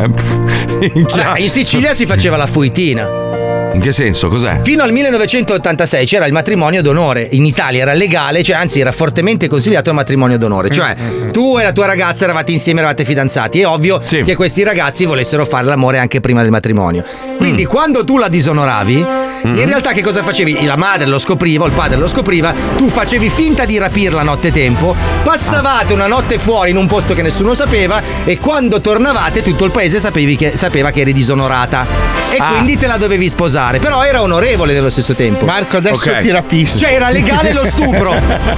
In Sicilia si faceva la fuitina. In che senso? Cos'è? Fino al 1986 c'era il matrimonio d'onore. In Italia era legale, cioè anzi era fortemente consigliato il matrimonio d'onore. Cioè tu e la tua ragazza eravate insieme, eravate fidanzati. È ovvio che questi ragazzi volessero fare l'amore anche prima del matrimonio. Quindi quando tu la disonoravi, in realtà che cosa facevi? La madre lo scopriva, il padre lo scopriva, tu facevi finta di rapirla nottetempo, passavate una notte fuori in un posto che nessuno sapeva e quando tornavate tutto il paese sapeva che eri disonorata e quindi te la dovevi sposare. Però era onorevole nello stesso tempo. Marco, adesso ti rapisco. Cioè era legale lo stupro.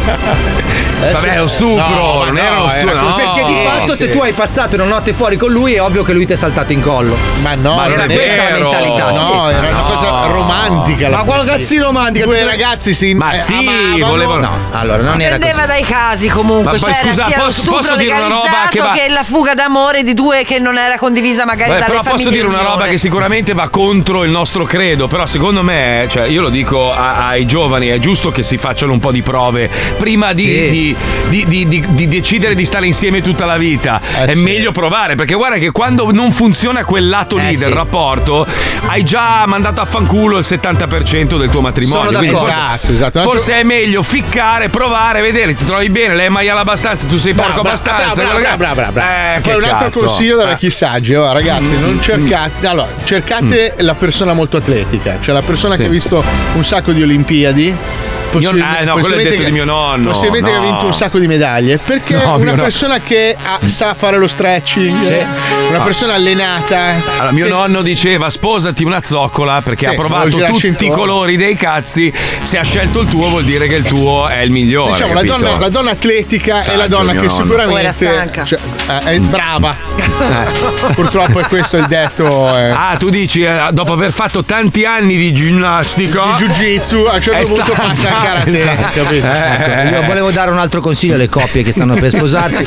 Vabbè, lo stupro, non era lo stupro. No. Perché di fatto se tu hai passato una notte fuori con lui è ovvio che lui ti è saltato in collo. Ma no, ma era questa la mentalità. No, era una cosa romantica. Ma quale cazzo romantica? Due ragazzi si volevano. No, allora non era Prendeva dai casi comunque. Ma c'era scusa, sia lo stupro posso dire una roba legalizzato che la fuga d'amore di due che non era condivisa magari dalle però famiglie. Posso dire una roba che sicuramente va contro il nostro credo, però secondo me, cioè io lo dico ai giovani, è giusto che si facciano un po' di prove prima di decidere di stare insieme tutta la vita. È meglio provare, perché guarda che quando non funziona quel lato lì del rapporto, hai già mandato a fanculo il 70% del tuo matrimonio. Sono d'accordo. Esatto. Forse è meglio ficcare, provare, vedere, ti trovi bene, lei è maiala abbastanza, tu sei porco abbastanza. Brava. Poi un altro consiglio da vecchi saggi, ragazzi, non cercate. Allora, cercate la persona molto atletica, cioè la persona che ha visto un sacco di Olimpiadi. Quello è detto di mio nonno. Possibilmente che ha vinto un sacco di medaglie. Perché una persona che sa fare lo stretching, una persona allenata. Allora, mio nonno diceva: sposati una zoccola perché ha provato tutti i colori dei cazzi. Se ha scelto il tuo, vuol dire che il tuo è il migliore. Diciamo, la donna atletica è la donna che sicuramente era stanca. È brava. Purtroppo è questo il detto. Tu dici, dopo aver fatto tanti anni di ginnastica, di jiu-jitsu, a un certo punto passa karate, capito? Io volevo dare un altro consiglio alle coppie che stanno per sposarsi.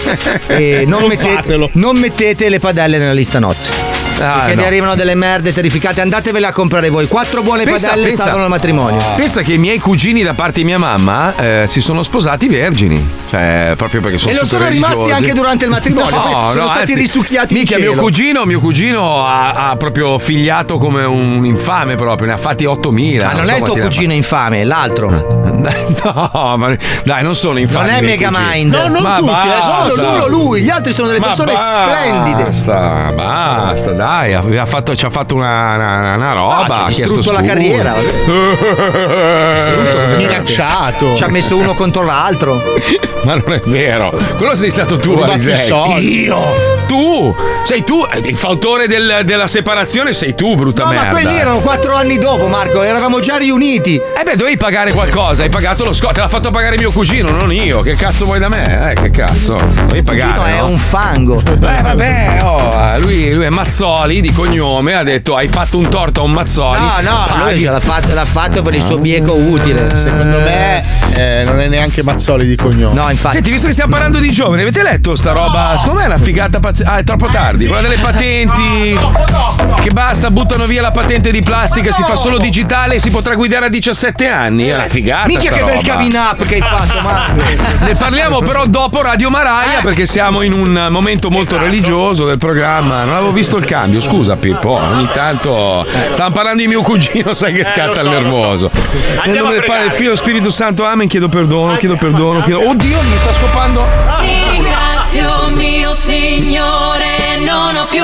Non mettete le padelle nella lista nozze. Perché vi arrivano delle merde terrificate. Andatevele a comprare voi. 4 buone padelle salvano il matrimonio. Pensa che i miei cugini da parte di mia mamma si sono sposati vergini. Cioè, proprio perché sono super sono rimasti religiosi. anche durante il matrimonio. Sono stati risucchiati in cielo. Mio cugino ha proprio figliato come un infame proprio. Ne ha fatti 8.000. Ma non è il tuo cugino infame, è l'altro. No, ma dai, non sono infami. Non è Megamind. No, non tutti, solo lui. Gli altri sono delle persone splendide. Basta, dai. dai, ci ha fatto una roba. Ci ha ha chiesto distrutto la scusa. carriera. Minacciato. Ci ha messo uno contro l'altro. Ma non è vero. Quello sei stato tu, Rubati Alisei. i soldi. Io? Tu? Sei tu? Il fautore della separazione sei tu, brutta No, merda. ma quelli erano 4 anni dopo, Marco. Eravamo già riuniti. Dovevi pagare qualcosa. Hai pagato lo te l'ha fatto pagare mio cugino, non io. Che cazzo vuoi da me? Che cazzo? Devi pagare. Cugino è no? un fango. Vabbè, lui è Mazzoli di cognome. Ha detto hai fatto un torto a un Mazzoli. No, lui l'ha fatto per il suo bieco utile. Secondo me non è neanche Mazzoli di cognome. No, infatti. Senti, visto che stiamo parlando di giovani, avete letto sta roba? Secondo me è una figata pazzesca. È troppo tardi. Quella delle patenti. Che basta, buttano via la patente di plastica, si fa solo digitale e si potrà guidare a 17 anni. È una figata. Minchia sta che bel roba. coming up che hai fatto, Marco. Ne parliamo però dopo Radio Maraia perché siamo in un momento molto religioso del programma. Non avevo visto il cambio, scusa Pippo. Ogni tanto stavamo parlando di mio cugino, sai che scatta il nervoso. Nel nome del Padre, del Figlio e dello Spirito Santo, amen. Chiedo perdono. Oddio, mi sta scopando. Ti ringrazio, mio Signore, non ho più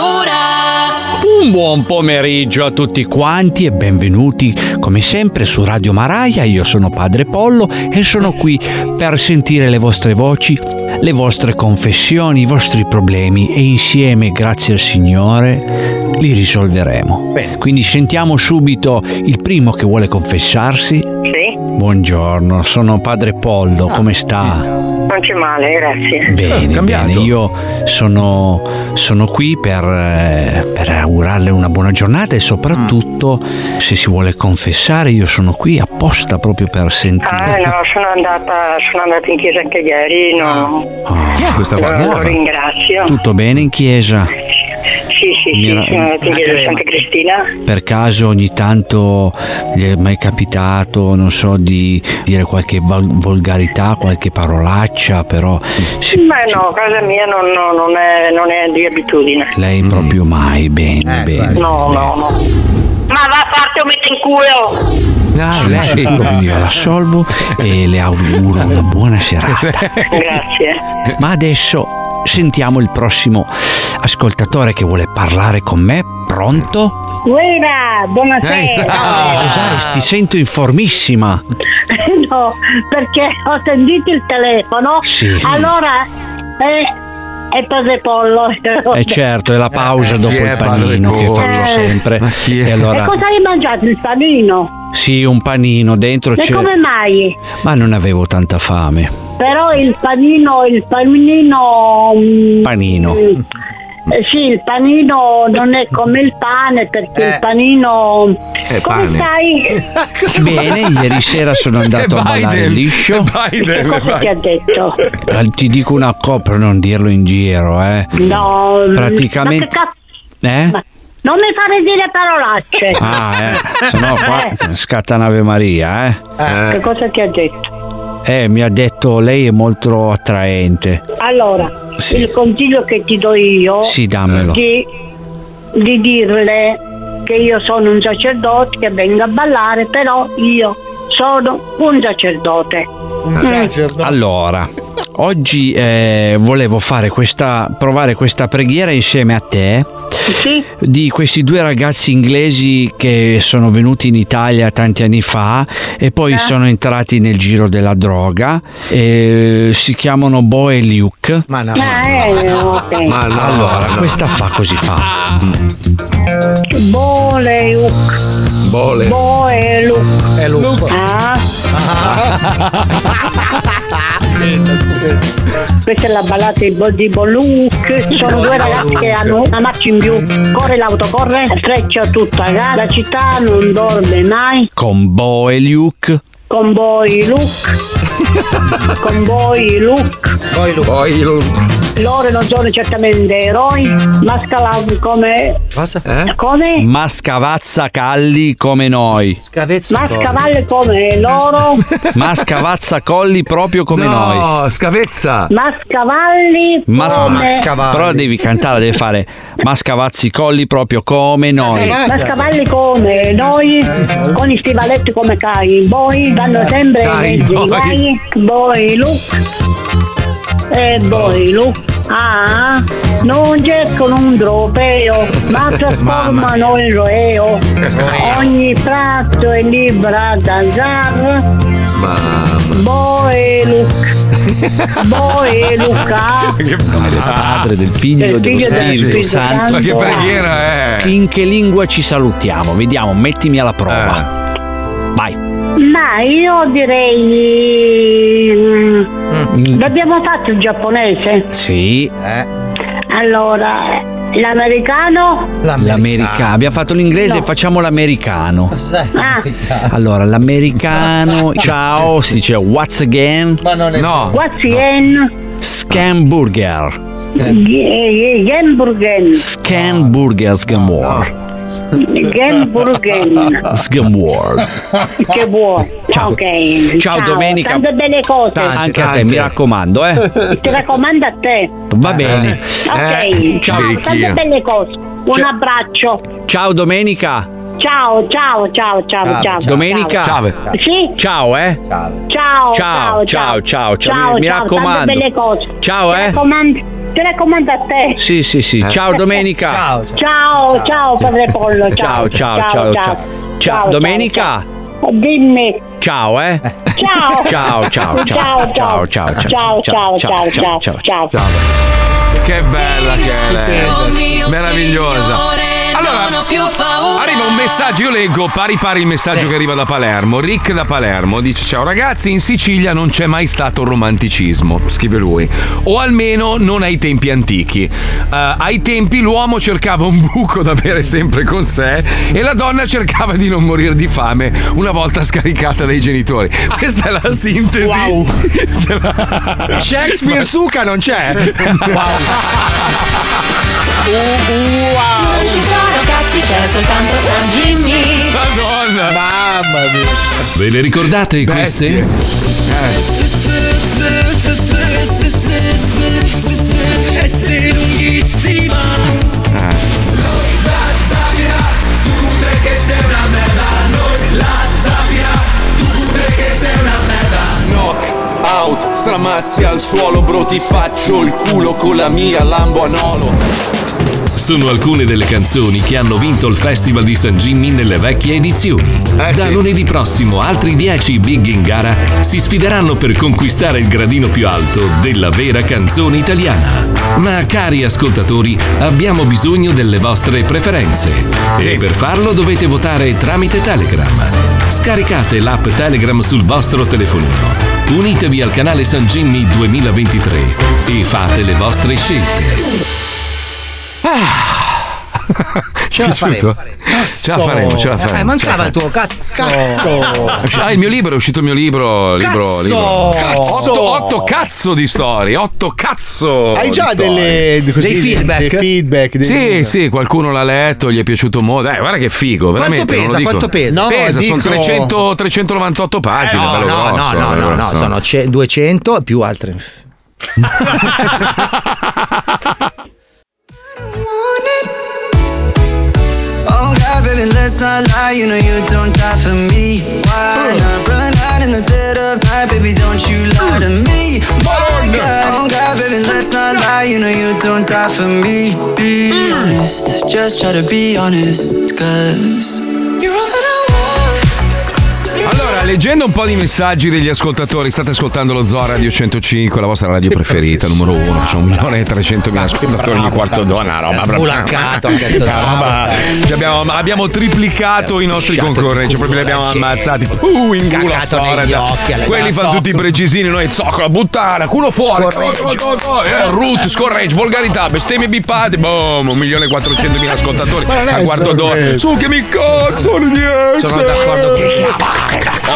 paura. Un buon pomeriggio a tutti quanti e benvenuti come sempre su Radio Maraia. Io sono Padre Pollo e sono qui per sentire le vostre voci, le vostre confessioni, i vostri problemi e insieme, grazie al Signore, li risolveremo. Bene. Quindi sentiamo subito il primo che vuole confessarsi. Sì, Buongiorno, sono Padre Pollo, come sta? non c'è male, grazie. Bene, io sono qui per augurarle una buona giornata e soprattutto se si vuole confessare io sono qui apposta proprio per sentire. No, sono andata in chiesa anche ieri, no. Chi è questa qua? Lo ringrazio. Tutto bene in chiesa? Sì, sono andata in chiesa di Santa Cristina. Per caso ogni tanto gli è mai capitato, non so, di dire qualche volgarità, qualche parolaccia, però Ma no, casa mia non è di abitudine. lei proprio mai, bene. No. Ma va a farti un mette in culo! Sì, quindi io l'assolvo e le auguro una buona serata. Grazie. Ma adesso sentiamo il prossimo ascoltatore che vuole parlare con me. Pronto? Buona, buonasera. Rosario, ti sento informissima. No, perché ho sentito il telefono. Sì. Allora è Padre Pollo. Certo, è la pausa dopo il panino che faccio sempre. E allora, E cosa hai mangiato? Il panino? sì, un panino dentro E c'è. come mai? Ma non avevo tanta fame. Però il panino Panino. sì, il panino non è come il pane, perché il panino come pane. stai? Bene, ieri sera sono andato a ballare liscio. Che cosa ti ha detto? Ti dico una cosa per non dirlo in giro, No, praticamente. ma che cazzo? Non mi fare dire parolacce. Sennò qua scatta un'Ave Maria, Che cosa ti ha detto? Mi ha detto lei è molto attraente. Allora, Sì. il consiglio che ti do io Sì, dammelo. di dirle che io sono un sacerdote che venga a ballare, però io sono un sacerdote. Allora, oggi volevo provare questa preghiera insieme a te. Sì. Di questi due ragazzi inglesi che sono venuti in Italia tanti anni fa e poi sono entrati nel giro della droga. Si chiamano Bo e Luke. Ma no. Ok. Allora, questa fa così fa. Bole Luke. Questa è la ballata di Boluk. Sono due ragazzi che hanno una macchina in più. Corre l'auto, corre, freccia tutta la città, non dorme mai. Con Bo e Luke. Con Boy Luke. Loro non sono certamente eroi, ma scalano come. Cosa? Come? Ma scavazzacalli come noi. Ma scavalli come loro. Ma scavazzacolli proprio come noi. No, scavezza. Ma scavalli come. Però devi cantare, devi fare ma scavazzicolli proprio come noi. Ma scavalli come noi, con i stivaletti come Kai. Boy vanno sempre Kai, nei boy. guai. Boy Luke. e boilu. Non cercano un trofeo, ma trasformano il reo. Ogni prato è libero a danzare. Boiluca. Del Padre, del Figlio e dello Spirito Santo. Ma che preghiera è? In che lingua ci salutiamo? Vediamo, mettimi alla prova. Vai. Ma io direi. L'abbiamo fatto il giapponese? Sì. Allora, l'americano? L'americano. Abbiamo fatto l'inglese, No. facciamo l'americano. Ah, Allora, l'americano. Ciao, si dice what's again? Ma non è what's in? Scamburger. Hamburger. Scamburger, scamor. Scamor. Che vuoi? Ciao. Ok. Ciao, Domenica. Tante belle cose. Anche a te, mi raccomando, Ti raccomando a te. Va bene. Ok. Ciao. Tante belle cose. Un abbraccio. Ciao, Domenica. Ciao. Domenica. Ciao. Sì? Ciao, Ciao. Mi raccomando. Tante belle cose. Ciao, Ti raccomando a te. Sì. Ciao, Domenica. Ciao, padre Pollo. Ciao. Domenica. Dimmi. Ciao, Ciao. Che bella che è lei. Meravigliosa. Allora, arriva un messaggio, io leggo pari il messaggio che arriva da Palermo. Rick da Palermo dice: ciao ragazzi, in Sicilia non c'è mai stato romanticismo, scrive lui, o almeno non ai tempi antichi. Ai tempi l'uomo cercava un buco da bere sempre con sé e la donna cercava di non morire di fame una volta scaricata dai genitori. Questa è la sintesi. Wow. Shakespeare Suca non c'è. Non ci sono cazzi, c'è soltanto San Jimmy. Madonna. Mamma mia. Ve le ricordate queste? E sei lunghissima. Noi la Zappia, tu credi che sei una merda. Noi la Zappia, tu credi che sei una merda. Knock out, stramazzi al suolo, bro, ti faccio il culo con la mia Lambo Anolo. Sono alcune delle canzoni che hanno vinto il Festival di San Jimmy nelle vecchie edizioni. Da lunedì prossimo altri 10 big in gara si sfideranno per conquistare il gradino più alto della vera canzone italiana. Ma cari ascoltatori, abbiamo bisogno delle vostre preferenze. E per farlo dovete votare tramite Telegram. Scaricate l'app Telegram sul vostro telefonino. Unitevi al canale San Jimmy 2023 e fate le vostre scelte. Ce la faremo. Ce la faremo. Mancava il tuo cazzo. Il mio libro, è uscito il mio libro. Cazzo. 8 cazzo di storie. 8 cazzo. Hai già dei feedback? Sì, qualcuno l'ha letto, gli è piaciuto molto. Guarda che figo, veramente. Quanto pesa? No, sono 398 pagine. No, sono 200 più altre. Oh God, baby, let's not lie. You know you don't die for me. Why not run out in the dead of night, baby? Don't you lie to me. My God, oh God, baby, let's not lie. You know you don't die for me. Be honest, just try to be honest, 'cause you're all that I want. Allora, leggendo un po' di messaggi degli ascoltatori, state ascoltando lo Zoo Radio 105, la vostra radio preferita, numero 1. C'è 1.300.000 ascoltatori ogni quarto d'ora, una roba sbulancato anche sto abbiamo triplicato i nostri concorrenti, proprio li abbiamo ammazzati in culo a Sored. Quelli fanno tutti i precisini, noi zoccola, buttare, culo fuori, root, scorregge, volgarità, bestemmie bippate, boom, 1.400.000 ascoltatori a quarto d'ora. Su che mi cazzo niente. Sono d'accordo hai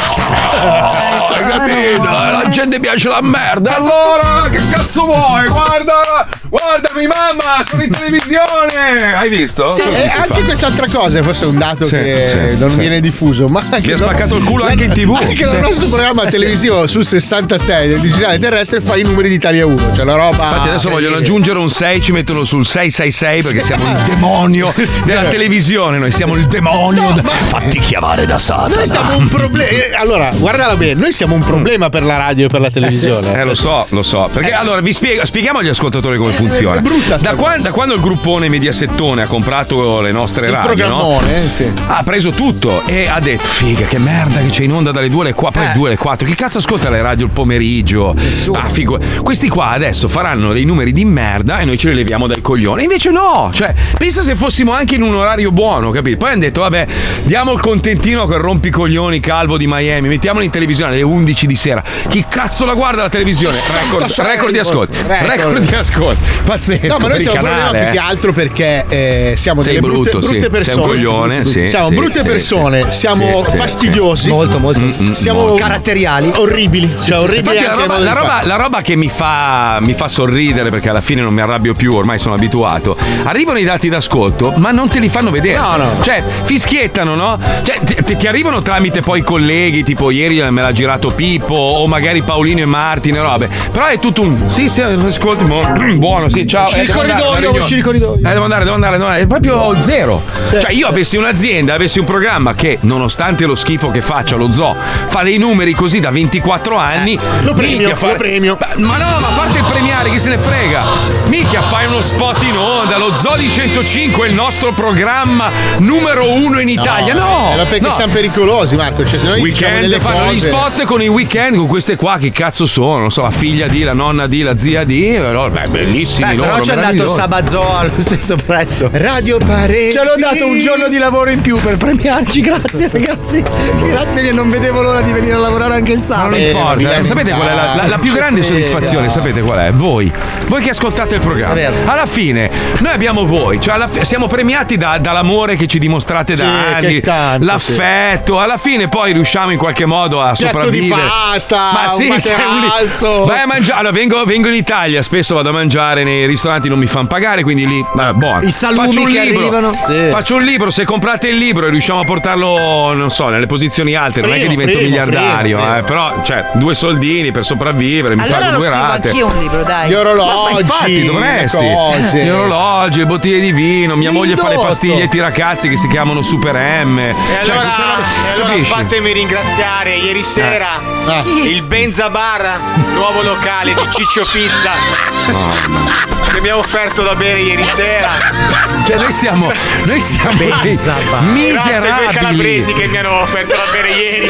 capito? La gente piace la merda. Allora, che cazzo vuoi? Guardami, mamma, sono in televisione. Hai visto? Sì, anche quest'altra cosa, forse è un dato che non viene diffuso. Ma mi ha spaccato il culo anche in TV. Anche il nostro programma televisivo su 66 del digitale terrestre fa i numeri di Italia 1. Cioè la roba. Infatti adesso vogliono aggiungere un 6, ci mettono sul 666 perché siamo il demonio della televisione. Noi siamo il demonio. Fatti chiamare da Satana. Noi siamo un problema. Allora, guardala bene, noi siamo un problema per la radio e per la televisione. Lo so. Perché allora spieghiamo agli ascoltatori come funziona. È brutta da quando il gruppone Mediasettone ha comprato le nostre radio, programmone, no? Sì. Ha preso tutto e ha detto: figa, che merda che c'è in onda dalle 2 alle 4, poi 2 alle 4. Chi cazzo ascolta le radio il pomeriggio? Questi qua adesso faranno dei numeri di merda e noi ce li leviamo dal coglione. Invece no, cioè, pensa se fossimo anche in un orario buono, capito? Poi hanno detto: vabbè, diamo il contentino a quel rompicoglioni calvo di Miami, mettiamolo in televisione alle 11 di sera. Chi cazzo la guarda la televisione? Record di ascolti. Pazzesco. No, ma noi siamo un problema più che altro perché siamo delle brutte persone. Sei un coglione, siamo brutte persone, siamo fastidiosi. Molto. Siamo caratteriali. Orribili. Cioè, orribili. Infatti, la roba che mi fa sorridere, perché alla fine non mi arrabbio più, ormai sono abituato. Arrivano i dati d'ascolto, ma non te li fanno vedere. No. Cioè, fischiettano, no? Cioè, ti arrivano tramite poi colleghi, tipo ieri me l'ha girato Pippo, o magari Paolino e Martin e robe. Però è tutto un sì, ascolti, buono, sì, ciao. Usci il corridoio. Devo andare. È proprio zero. Sì. Cioè, io avessi un'azienda, avessi un programma che, nonostante lo schifo che faccia lo zoo, fa dei numeri così da 24 anni. Lo premio. Ma no, ma a parte il premiare, chi se ne frega? Minchia, fai uno spot in onda, lo Zoo di 105 è il nostro programma numero 1 in Italia. No! Ma perché siamo pericolosi, Marco? Cioè, se noi weekend fanno gli spot con i weekend, con queste qua, che cazzo sono? Non so, la figlia di, la nonna di, la zia di. Però, bellissimi loro. Però ci è andato Sabazzo allo stesso prezzo. Radio Pareti. Ci hanno dato un giorno di lavoro in più per premiarci. Grazie, ragazzi. Grazie, non vedevo l'ora di venire a lavorare anche il sabato. Non importa. Sapete qual è la più grande soddisfazione? Sapete qual è? Voi che ascoltate il programma. Alla fine, noi abbiamo voi, cioè siamo premiati dall'amore che ci dimostrate da anni, l'affetto. Alla fine, poi riusciamo in qualche modo a sopravvivere. Piatto di pasta, ma sì, un materasso. Vai a mangiare. Allora, vengo in Italia, spesso vado a mangiare nei ristoranti, non mi fanno pagare, quindi lì, buono. I salumi che arrivano. Faccio un libro, se comprate il libro e riusciamo a portarlo, non so, nelle posizioni alte, non è che divento miliardario, però, cioè, 2 soldini per sopravvivere, mi pago 2 rate. Anch'io un libro, dai. Gli orologi, infatti dovresti. Gli orologi, le bottiglie di vino, mia moglie fa le pastiglie ai tiracazzi che si chiamano Super M. E allora fatemi ringraziare ieri sera il Benza Bar, nuovo locale di Ciccio Pizza, che mi ha offerto da bere ieri sera. Cioè noi siamo miserabili. Grazie ai 2 calabresi che mi hanno offerto da bere ieri.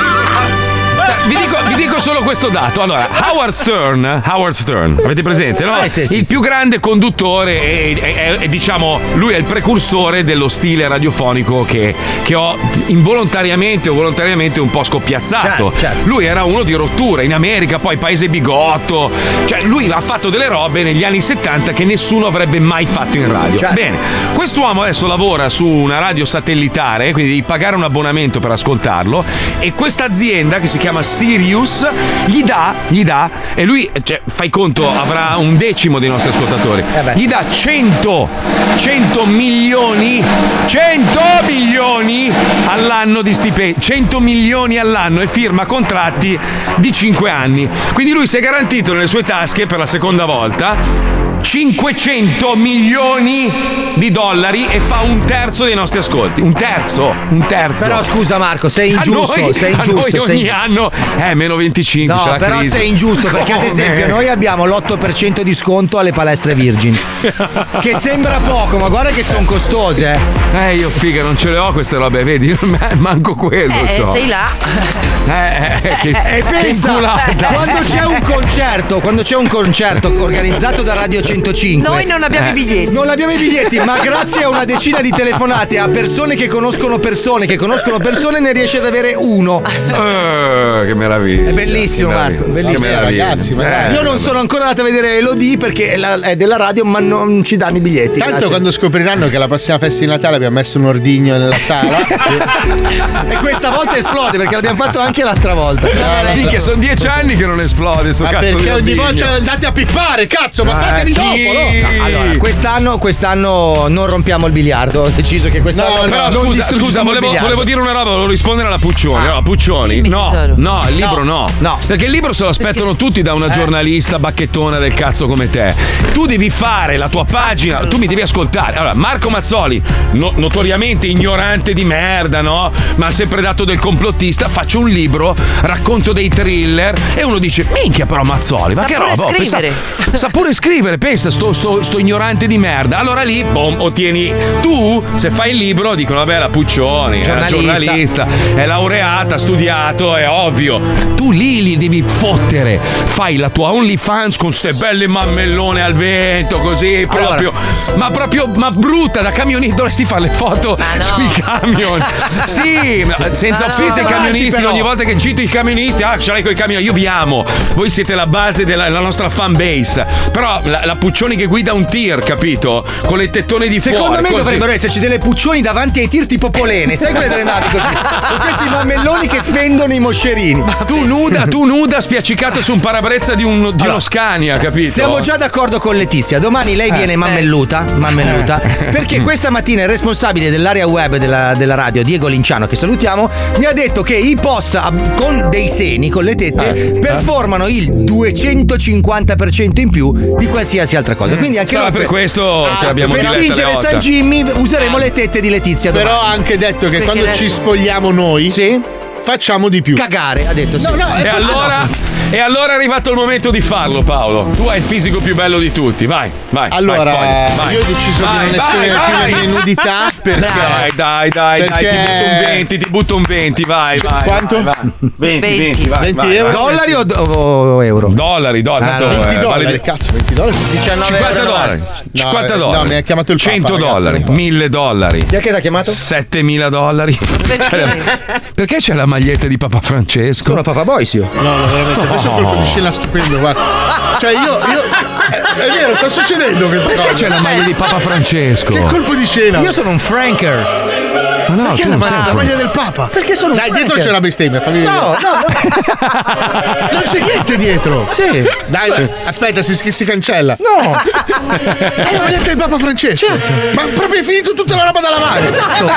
Vi dico solo questo dato. Allora, Howard Stern, avete presente, no? Il più grande conduttore e diciamo, lui è il precursore dello stile radiofonico che ho involontariamente o volontariamente un po' scoppiazzato. Certo. Lui era uno di rottura in America, poi paese bigotto. Cioè, lui ha fatto delle robe negli anni 70 che nessuno avrebbe mai fatto in radio. Certo. Bene, quest'uomo adesso lavora su una radio satellitare, quindi devi pagare un abbonamento per ascoltarlo, e questa azienda che si chiama Sirius gli dà, e lui, cioè, fai conto, avrà 1/10 dei nostri ascoltatori, gli dà 100 milioni all'anno di stipendi, 100 milioni all'anno, e firma contratti di 5 anni. Quindi lui si è garantito nelle sue tasche per la seconda volta 500 milioni di dollari e fa 1/3 dei nostri ascolti. Un terzo. Però scusa Marco, sei ingiusto. Noi ogni anno meno 25. No, però crisi. sei ingiusto. Perché ad esempio noi abbiamo l'8% di sconto alle palestre Virgin, che sembra poco, ma guarda che sono costose. Io figa non ce le ho queste robe, vedi? Io manco quello. Stai là. E pensa, quando c'è un concerto organizzato da Radio 105, noi non abbiamo i biglietti. Non abbiamo i biglietti, ma grazie a una decina di telefonate a persone che conoscono persone ne riesce ad avere uno. Che meraviglia. È bellissimo, Marco. Bellissimo, ragazzi. Io non sono ancora andato a vedere Elodie perché è della radio, ma non ci danno i biglietti. Tanto quando scopriranno che la prossima festa di Natale abbiamo messo un ordigno nella sala e questa volta esplode, perché l'abbiamo fatto anche l'altra volta. Minchia, sono 10 anni che non esplode sto cazzo. Perché ogni volta andate a pippare, cazzo, ma fatevi dopo. Allora, quest'anno non rompiamo il biliardo. Ho deciso che quest'anno però non scusa, distruggiamo il biliardo. volevo dire una roba, volevo rispondere alla Puccioni. No, Puccioni, no, il libro no. Perché il libro se lo aspettano tutti da una giornalista bacchettona del cazzo come te. Tu devi fare la tua pagina, tu mi devi ascoltare. Allora, Marco Mazzoli, notoriamente ignorante di merda, no? Ma ha sempre dato del complottista. Faccio un libro, racconto dei thriller e uno dice: minchia, però Mazzoli, ma che roba! Sa pure scrivere, pensa, sto ignorante di merda. Allora lì, ottieni. Tu, se fai il libro, dicono: vabbè, la Puccioni, è una giornalista, è laureata, ha studiato, è ovvio. Tu lì li devi fottere. Fai la tua OnlyFans con ste belle mammellone al vento, così, proprio. Ma brutta, da camionista. Dovresti fare le foto sui camion. Sì, senza offesa ai camionisti. Ogni volta che cito i camionisti, ce l'hai con i camioni. Io vi amo. Voi siete la base della nostra fan base. Però la Puccioni che guida un tir, capito? Con le tettone di fuori. Secondo me dovrebbero esserci delle Puccioni davanti ai tir tipo polene. Sai quelle delle navi così? Con questi mammelloni che fendono i moscerini. Tu nuda spiaccicata su un parabrezza di uno Scania, capito? Siamo già d'accordo con Letizia. Domani lei viene mammelluta. Perché questa mattina il responsabile dell'area web della radio, Diego Linciano, che salutiamo, mi ha detto che i post con dei seni, con le tette, performano il 250% in più di qualsiasi altra cosa. Quindi anche noi per questo se l'abbiamo per spingere San Jimmy useremo le tette di Letizia domani. Però ha anche detto che quando ci spogliamo noi facciamo di più. Cagare, ha detto sì. E allora è arrivato il momento di farlo, Paolo. Tu hai il fisico più bello di tutti. Vai. Allora, vai, io ho deciso di non esprimere più la mia nudità perché. Dai, ti butto un 20, vai. Quanto? Vai. 20, vai. 20 euro? Dollari o euro? Dollari. $20, cazzo, $20. 50 dollari. 50 dollari. No, mi ha chiamato il Papa, $100, $1.000. Chi è che ti ha chiamato? $7.000. Perché c'è la maglietta di Papa Francesco? Sono Papa Boisio. No, veramente. Questo è un colpo di scena stupendo, guarda. Cioè io è vero, sta succedendo questa cosa. Perché c'è la maglia di Papa Francesco? Che colpo di scena. Io sono un franker. Ma no, perché la maglia del Papa? Perché sono un franker. franker. Dietro c'è la bestemmia, fammi vedere. No. Non c'è niente dietro. Sì. Dai, aspetta, si cancella. No. È la maglietta del Papa Francesco. Certo. Ma proprio hai finito tutta la roba da lavare. Esatto.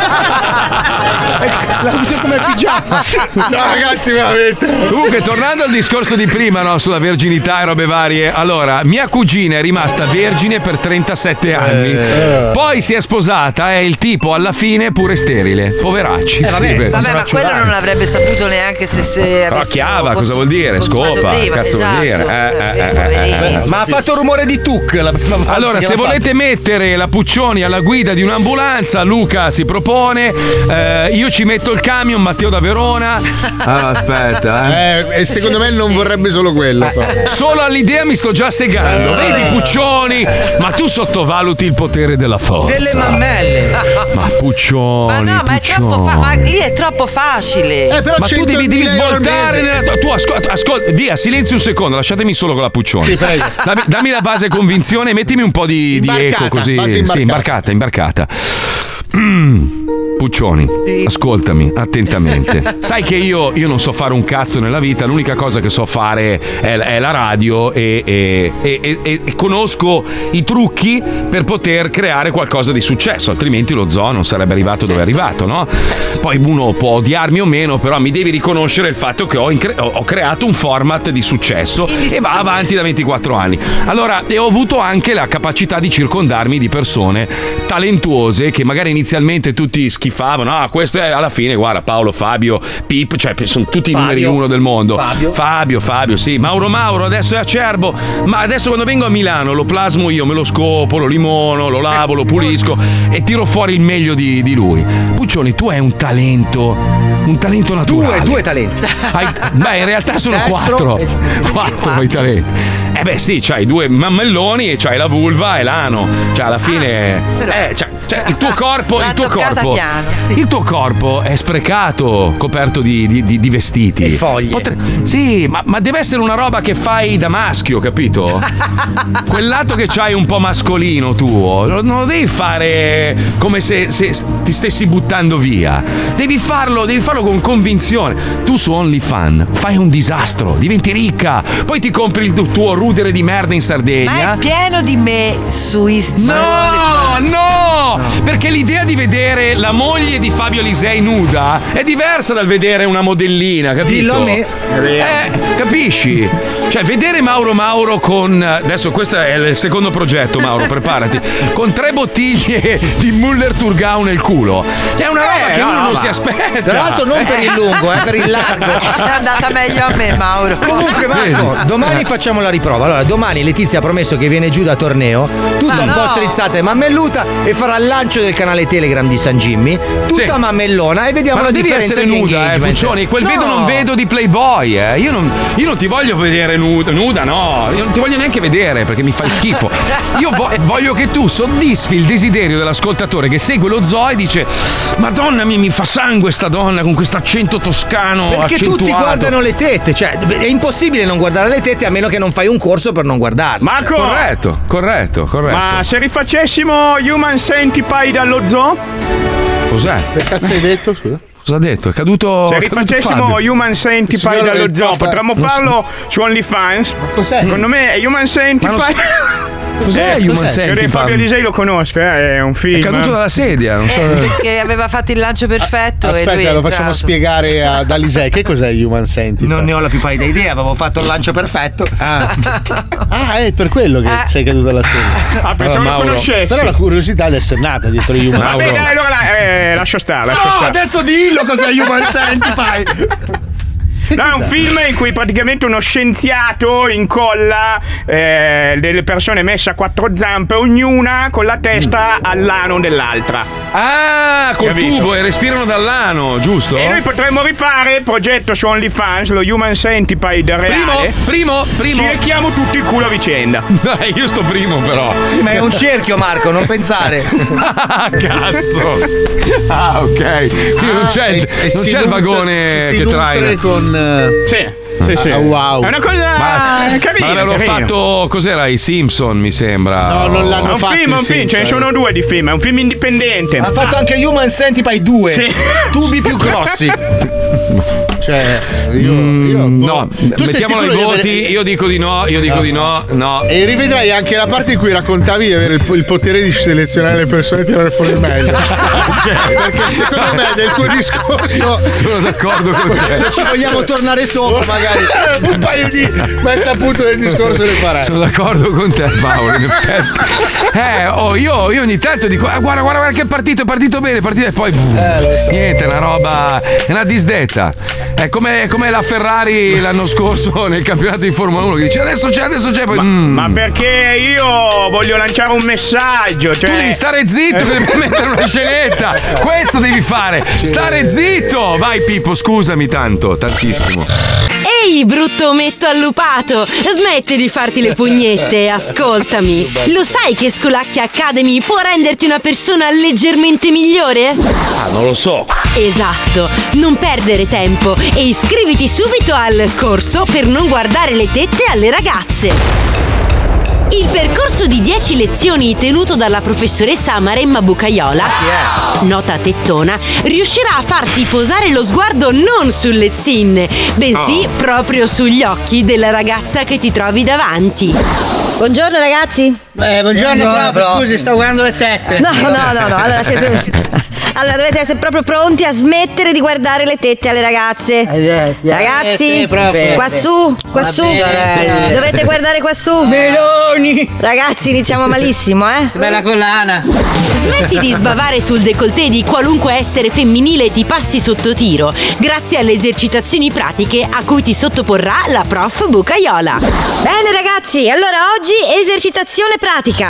La uso come pigiama. No, ragazzi, veramente. Comunque, tornando al discorso di prima, no, sulla verginità e robe varie. Allora, mia cugina è rimasta vergine per 37 anni. Poi si è sposata e il tipo alla fine pure sterile. Poveracci. Vabbè, ma quello non l'avrebbe saputo neanche se però chiava, cosa vuol dire? Scopa, prima, cazzo vuol dire? Ma ha fatto rumore di tuc la prima volta. Allora, se volete mettere la Puccioni alla guida di un'ambulanza, Luca si propone. Io ci metto il camion, Matteo da Verona. Aspetta, e secondo me non vorrebbe solo quello. Solo all'idea mi sto già segando. Vedi, Puccioni, ma tu sottovaluti il potere della forza. Delle mammelle. Ma Puccioni, ma no, ma è troppo ma lì è troppo facile. Però ma tu devi svoltare tu ascolta, via, silenzio un secondo, lasciatemi solo con la Puccioni. Sì, prego. Dammi la base convinzione, mettimi un po' di eco così. Sì, imbarcata. Puccioni, ascoltami attentamente. Sai che io non so fare un cazzo nella vita, l'unica cosa che so fare è la radio e conosco i trucchi per poter creare qualcosa di successo, altrimenti lo zoo non sarebbe arrivato dove è arrivato, no? Poi uno può odiarmi o meno, però mi devi riconoscere il fatto che ho creato un format di successo e va avanti da 24 anni. Allora, e ho avuto anche la capacità di circondarmi di persone talentuose che magari inizialmente tutti schifavano. Ah, questo è alla fine, guarda, Paolo, Fabio, Pip, cioè sono tutti i numeri uno del mondo. Fabio, sì. Mauro adesso è Acerbo, ma adesso quando vengo a Milano lo plasmo io, me lo scopo, lo limono, lo lavo, lo pulisco e tiro fuori il meglio di lui. Puccioni, tu hai un talento naturale. Due talenti. In realtà sono quattro i talenti. Sì, c'hai due mammelloni e c'hai la vulva e l'ano. Cioè alla fine Cioè, il tuo corpo, piano, sì. il tuo corpo è sprecato, coperto di vestiti. E foglie. Sì, ma deve essere una roba che fai da maschio, capito? Quel lato che c'hai un po' mascolino tuo, non lo devi fare come se ti stessi buttando via. Devi farlo con convinzione. Tu su OnlyFans fai un disastro, diventi ricca, poi ti compri il tuo rudere di merda in Sardegna. Ma è pieno di me sui No! Perché l'idea di vedere la moglie di Fabio Alisei nuda è diversa dal vedere una modellina, capito? Dillo a me. Capisci? Cioè, vedere Mauro con... Adesso questo è il secondo progetto, Mauro, preparati. Con 3 bottiglie di Müller Thurgau nel culo. È una roba che uno non si aspetta. Tra l'altro non per il lungo, per il largo. È andata meglio a me, Mauro. Comunque, Marco, domani facciamo la riprova. Allora, domani Letizia ha promesso che viene giù da torneo, tutta un po' strizzata e mammelluta, e farà il lancio del canale Telegram di San Jimmy, tutta mammellona, e vediamo la differenza di engagement. Puccioni, quel vedo non vedo di Playboy, Io non ti voglio vedere nuda, no. Io non ti voglio neanche vedere perché mi fai schifo. Io voglio che tu soddisfi il desiderio dell'ascoltatore che segue lo zoo e dice: Madonna mia, mi fa sangue sta donna con questo accento toscano perché accentuato. Tutti guardano le tette, cioè è impossibile non guardare le tette a meno che non fai un corso per non guardarle. Marco! Corretto. Ma se rifacessimo Human Centipede allo zoo? Cos'è? Che cazzo hai detto, scusa? Cosa ha detto? È caduto. Se rifacessimo Human Centipede allo zoo, potremmo farlo su OnlyFans. Ma cos'è? Secondo me è Human Centipede. Cos'è Human Centipede? Fabio Alisei lo conosco, è un film. È caduto dalla sedia, non so. Che aveva fatto il lancio perfetto. Aspetta, e lui lo facciamo spiegare ad Alisei. Che cos'è Human Centipede? Non ne ho la più pallida idea, avevo fatto il lancio perfetto. È per quello che sei caduto dalla sedia. Pensavo lo conoscessi. Però la curiosità deve essere nata dietro Human Centipede. Vabbè, allora lascio stare. Adesso dillo cos'è Human Centipede. No, è un film in cui praticamente uno scienziato incolla delle persone messe a 4 zampe, ognuna con la testa all'ano dell'altra. Col tubo e respirano dall'ano, giusto? E noi potremmo rifare il progetto su OnlyFans, lo Human Centipede reale. Primo. Ci lecchiamo tutti il culo a vicenda. Dai, io sto primo però. Ma è un cerchio, Marco, non pensare. Cazzo. Ok. Qui non c'è il vagone che traina. Sì. Wow. È una cosa carina. Ma l'hanno fatto, cos'era? I Simpson, mi sembra. No, non l'hanno fatto. È un film, ce ne sono 2 di film, è un film indipendente. Ha fatto anche Human Centipede 2. Sì. Tubi più grossi. Cioè, no, mettiamolo ai voti. Io dico di no. No. E rivedrai anche la parte in cui raccontavi di avere il potere di selezionare le persone e tirare fuori il meglio. Perché secondo me del tuo discorso sono d'accordo con te. Se ci vogliamo tornare sopra, magari un paio di messe a punto del discorso le farai. Sono d'accordo con te, Paolo, in effetti. Io ogni tanto dico: guarda che è partito bene, e poi niente, è una roba, è una disdetta. È come la Ferrari l'anno scorso nel campionato di Formula 1 che dice adesso c'è poi ma perché io voglio lanciare un messaggio, cioè... Tu devi stare zitto, devi mettere una scenetta. Questo devi fare, stare zitto. Vai Pippo, scusami tantissimo. Ehi, brutto ometto allupato! Smetti di farti le pugnette, ascoltami. Lo sai che Scolacchia Academy può renderti una persona leggermente migliore? Non lo so. Esatto, non perdere tempo e iscriviti subito al corso per non guardare le tette alle ragazze. Il percorso di 10 lezioni tenuto dalla professoressa Maremma Bucaiola, nota tettona, riuscirà a farti posare lo sguardo non sulle zinne, bensì proprio sugli occhi della ragazza che ti trovi davanti. Buongiorno ragazzi. Buongiorno prof, scusi, stavo guardando le tette. No, allora dovete essere proprio pronti a smettere di guardare le tette alle ragazze. Ragazzi, qua su, dovete guardare qua su. Meloni. Ragazzi, iniziamo malissimo, Bella collana. Smetti di sbavare sul décolleté di qualunque essere femminile e ti passi sotto tiro, grazie alle esercitazioni pratiche a cui ti sottoporrà la prof Bucaiola. Bene ragazzi, allora oggi esercitazione pratica.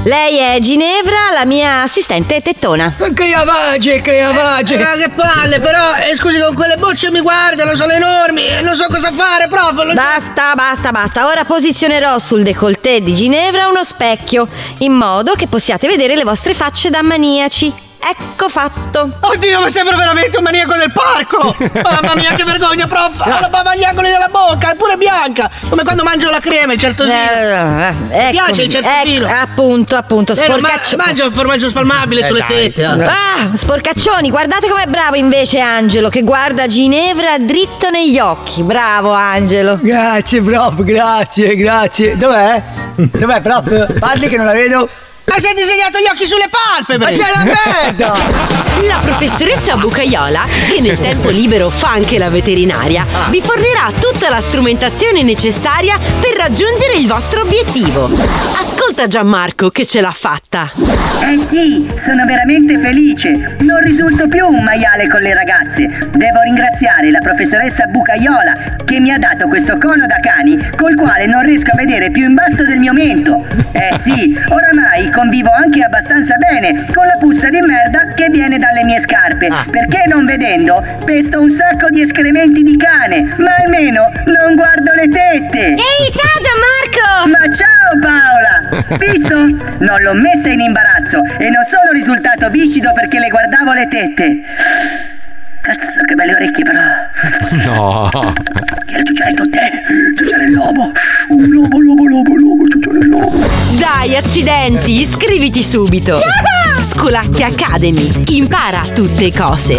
Lei è Ginevra, la mia assistente tettona. Creavace. Che palle, però, scusi, con quelle bocce mi guardano, sono enormi, non so cosa fare, prof. Basta. Ora posizionerò sul décolleté di Ginevra uno specchio, in modo che possiate vedere le vostre facce da maniaci. Ecco fatto. Oddio, ma sembra veramente un maniaco del parco. Mamma mia, che vergogna, prof. Ho la bava agli angoli della bocca, è pure bianca, come quando mangio la crema, il certosino. Mi piace il certosino. Appunto, sporcaccioni. Mangio il formaggio spalmabile sulle tette. Sporcaccioni, guardate com'è bravo invece Angelo, che guarda Ginevra dritto negli occhi. Bravo Angelo. Grazie, prof, grazie. Dov'è, prof? Parli che non la vedo. Ma si è disegnato gli occhi sulle palpebre! Ma sei una merda! La professoressa Bucaiola, che nel tempo libero fa anche la veterinaria, vi fornirà tutta la strumentazione necessaria per raggiungere il vostro obiettivo. Ascolta Gianmarco che ce l'ha fatta. Sì, sono veramente felice. Non risulto più un maiale con le ragazze. Devo ringraziare la professoressa Bucaiola che mi ha dato questo cono da cani col quale non riesco a vedere più in basso del mio mento. Sì, oramai convivo anche abbastanza bene con la puzza di merda che viene dalle mie scarpe, perché non vedendo pesto un sacco di escrementi di cane, ma almeno non guardo le tette. Ehi, ciao Gianmarco! Ma ciao Paola! Visto? Non l'ho messa in imbarazzo e non sono risultato viscido perché le guardavo le tette. Cazzo, che belle orecchie però. No. Chiede ciucciaretto te, ciucciarellobo. Un lobo, ciucciarellobo. Dai, accidenti, iscriviti subito. Sculacchi Academy, impara tutte cose.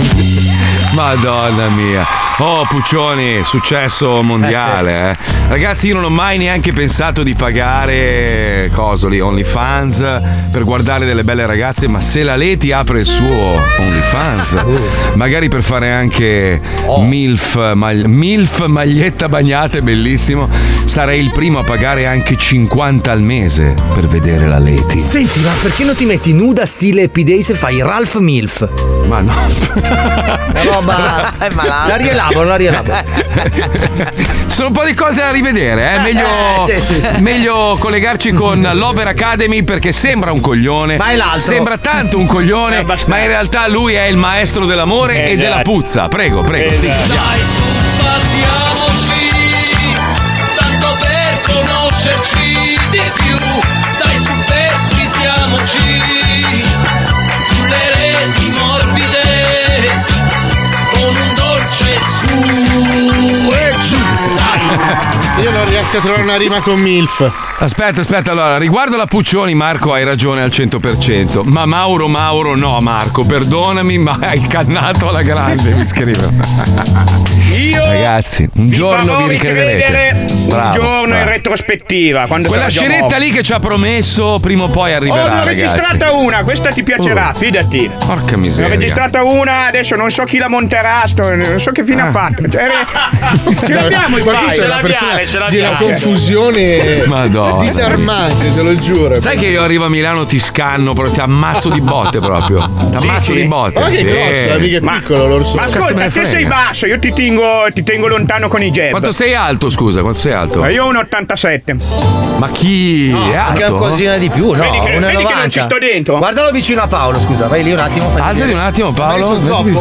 Madonna mia. Oh, Puccioni, successo mondiale. Ragazzi, io non ho mai neanche pensato di pagare OnlyFans per guardare delle belle ragazze, ma se la Leti apre il suo OnlyFans, magari per fare anche MILF maglietta bagnate, bellissimo, sarei il primo a pagare anche 50 al mese per vedere la Leti. Senti, ma perché non ti metti nuda stile P-Days e fai Ralph Milf? Ma no. La roba è malata. La rielabo. Sono un po' di cose da rivedere, meglio collegarci con Lover Academy perché sembra un coglione. Ma è l'altro. Sembra tanto un coglione, ma in realtà lui è il maestro dell'amore e della puzza. Prego, sì. Dai, su, spartiamoci, tanto per conoscerci di più. Dai, su, perchisiamoci, sulle reti morbide, con un dolce su e giù. Dai. Io non riesco a trovare una rima con MILF. Aspetta, allora, riguardo la Puccioni, Marco hai ragione al 100%. Ma Mauro, no, Marco, perdonami, ma hai cannato alla grande, mi scrivono. Io ragazzi, un giorno vi ricrederete. Un giorno in retrospettiva, quando quella scenetta lì che ci ha promesso prima o poi arriverà. Ne ho registrata una, questa ti piacerà, fidati. Porca miseria. Ne ho registrata una, adesso non so chi la monterà, non so che fine ha fatto. Ce l'abbiamo il file. Ce l'abbiamo. Di una confusione disarmante, te lo giuro. Sai che io arrivo a Milano, ti scanno, ti ammazzo di botte proprio. Ti ammazzo di botte. Ma che grosso, mica è piccolo l'orso. Ma ascolta, te sei basso, io ti tengo lontano con i jab. Quanto sei alto, scusa? Quanto sei alto? Io 1,87. Ma chi è alto? Anche una cosina di più, no? Vedi che non ci sto dentro. Guardalo vicino a Paolo, scusa, vai lì un attimo. Alzati un attimo, Paolo.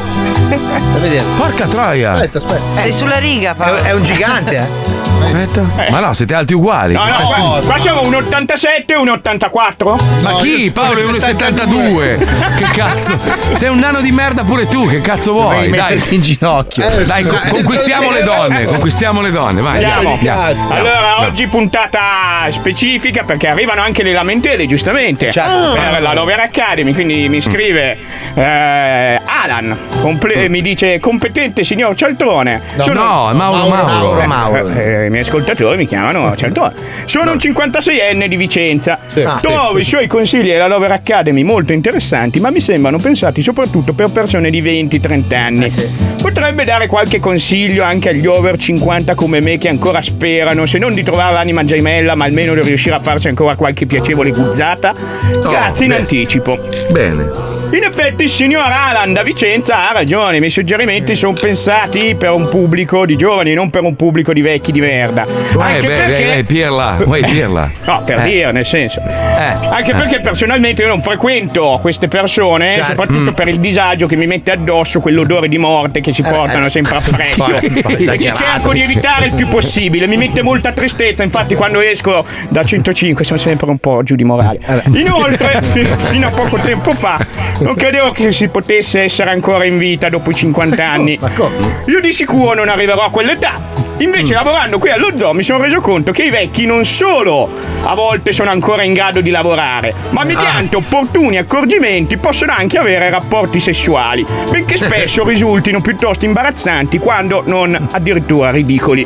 Porca troia. Aspetta. Sei sulla riga, Paolo. È un gigante, Aspetta. Ma no, siete alti uguali. No, qua siamo 1,87 e 1,84. Ma chi? Paolo è 1,72. Che cazzo? Sei un nano di merda pure tu, che cazzo vuoi? Dai, in ginocchio. Dai, conquistiamo le donne, vai. Andiamo. Allora, oggi puntata specifica perché arrivano anche le lamentele, giustamente. Per la Lover Academy, quindi mi scrive Alan, mi dice competente signor Cialtrone. No, Mauro. I miei ascoltatori mi chiamano Cialtrone. Sono un 56enne di Vicenza. Trovo i suoi consigli della Lover Academy molto interessanti, ma mi sembrano pensati soprattutto per persone di 20-30 anni. Potrebbe dare qualche consiglio anche agli over 50 come me che ancora sperano, se non di trovare l'anima gemella, ma almeno di riuscire a farsi ancora qualche piacevole guzzata? Grazie in anticipo. Bene. In effetti il signor Alan da Vicenza ha ragione, i miei suggerimenti sono pensati per un pubblico di giovani, non per un pubblico di vecchi di merda. Anche perché Pirla. No, per dire, nel senso. Anche perché personalmente io non frequento queste persone, soprattutto per il disagio che mi mette addosso quell'odore di morte che si portano sempre appresso. E che cerco di evitare il più possibile. Mi mette molta tristezza, infatti quando esco da 105 sono sempre un po' giù di morale. Inoltre, fino a poco tempo fa, non credevo che si potesse essere ancora in vita dopo i 50 anni. Io di sicuro non arriverò a quell'età. Invece lavorando qui allo zoo mi sono reso conto che i vecchi non solo a volte sono ancora in grado di lavorare, ma mediante opportuni accorgimenti possono anche avere rapporti sessuali, benché spesso risultino piuttosto imbarazzanti quando non addirittura ridicoli.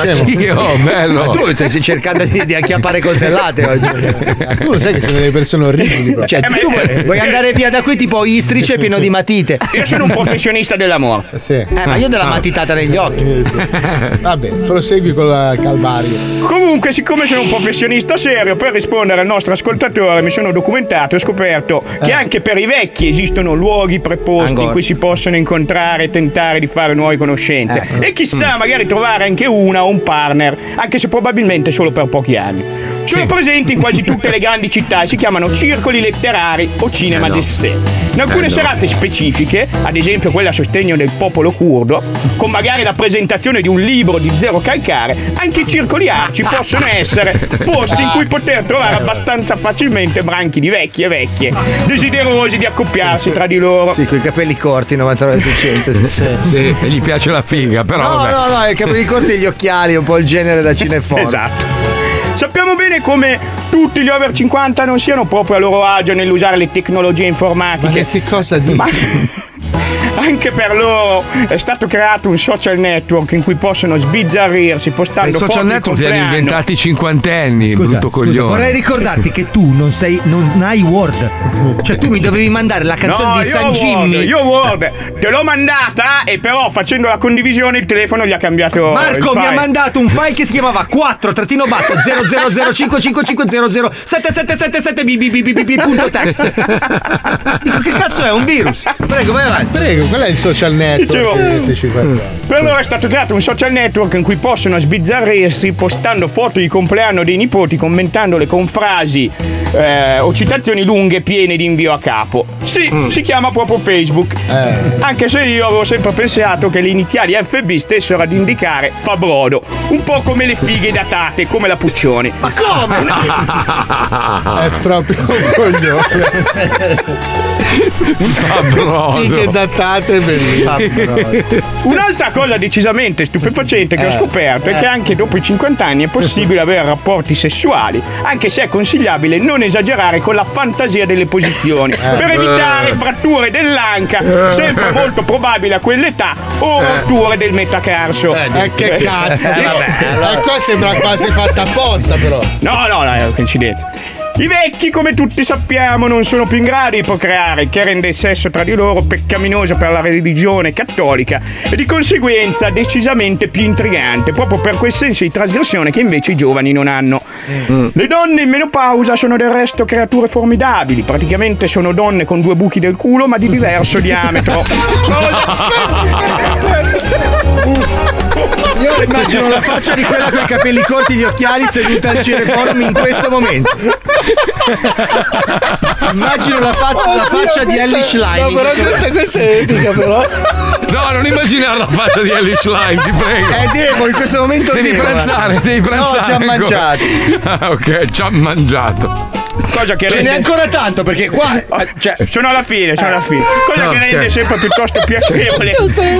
Bello. Ma tu stai cercando di acchiappare coltellate oggi. Tu lo sai che sono delle persone orribili. Cioè, tu vuoi andare via da qui tipo Istrice pieno di matite. Io sono un professionista dell'amore. Ma io della matitata negli occhi. Vabbè, prosegui con la calvario. Comunque, siccome sono un professionista serio, per rispondere al nostro ascoltatore mi sono documentato e ho scoperto che anche per i vecchi esistono luoghi preposti in cui si possono incontrare e tentare di fare nuove conoscenze. E chissà, magari trovare anche una o un partner, anche se probabilmente solo per pochi anni. Sono presenti in quasi tutte le grandi città e si chiamano circoli letterari o cinema d'essè. In alcune serate specifiche, ad esempio quella a sostegno del popolo curdo, con magari la presentazione di un libro di Zero Calcare, anche i circoli arci possono essere posti in cui poter trovare abbastanza facilmente branchi di vecchi e vecchie desiderosi di accoppiarsi tra di loro. Sì, con i capelli corti 99%. Sì, e gli piace la figa, però. No, i capelli corti e gli occhiali, un po' il genere da cinefono. Esatto. Sappiamo bene come tutti gli over 50 non siano proprio a loro agio nell'usare le tecnologie informatiche. Ma che cosa dici? Anche per loro è stato creato un social network in cui possono sbizzarrirsi postando foto. I social network li hanno inventati i cinquantenni, brutto coglione. Vorrei ricordarti che tu non hai Word. Cioè tu mi dovevi mandare la canzone di San Jimmy. Io Word te l'ho mandata e però facendo la condivisione il telefono gli ha cambiato. Marco mi ha mandato un file che si chiamava 4-0005500007777 Dico, che cazzo è un virus? Prego, vai avanti. Prego, qual è il social network? Per loro è stato creato un social network in cui possono sbizzarrirsi postando foto di compleanno dei nipoti, commentandole con frasi o citazioni lunghe piene di invio a capo. Sì, si chiama proprio Facebook. Anche se io avevo sempre pensato che le iniziali FB stessero ad indicare Fabrodo, un po' come le fighe datate, come la Puccioni. Ma come? È proprio un coglione. Fighe datate, bellissimo. Un'altra cosa decisamente stupefacente che ho scoperto è che anche dopo i 50 anni è possibile avere rapporti sessuali, anche se è consigliabile non esagerare con la fantasia delle posizioni per evitare fratture dell'anca, sempre molto probabile a quell'età, o rotture del metacarso. Che cazzo? Qua sembra quasi fatta apposta, però. No, è coincidenza. I vecchi, come tutti sappiamo, non sono più in grado di procreare, che rende il sesso tra di loro peccaminoso per la religione cattolica e di conseguenza decisamente più intrigante, proprio per quel senso di trasgressione che invece i giovani non hanno. Le donne in menopausa sono del resto creature formidabili, praticamente sono donne con due buchi del culo ma di diverso diametro. Io immagino la faccia di quella con i capelli corti e gli occhiali seduta al cineforum in questo momento. Immagino la faccia di Ellie Schlein. No, però questa è epica, però. No, non immaginare la faccia di Ellie Schlein, ti prego. Devo, in questo momento devi pranzare. No, ci ha mangiato. Ok, ci ha mangiato. Cosa che Ce n'è ancora tanto perché qua sono alla fine. Cosa che rende sempre piuttosto piacevole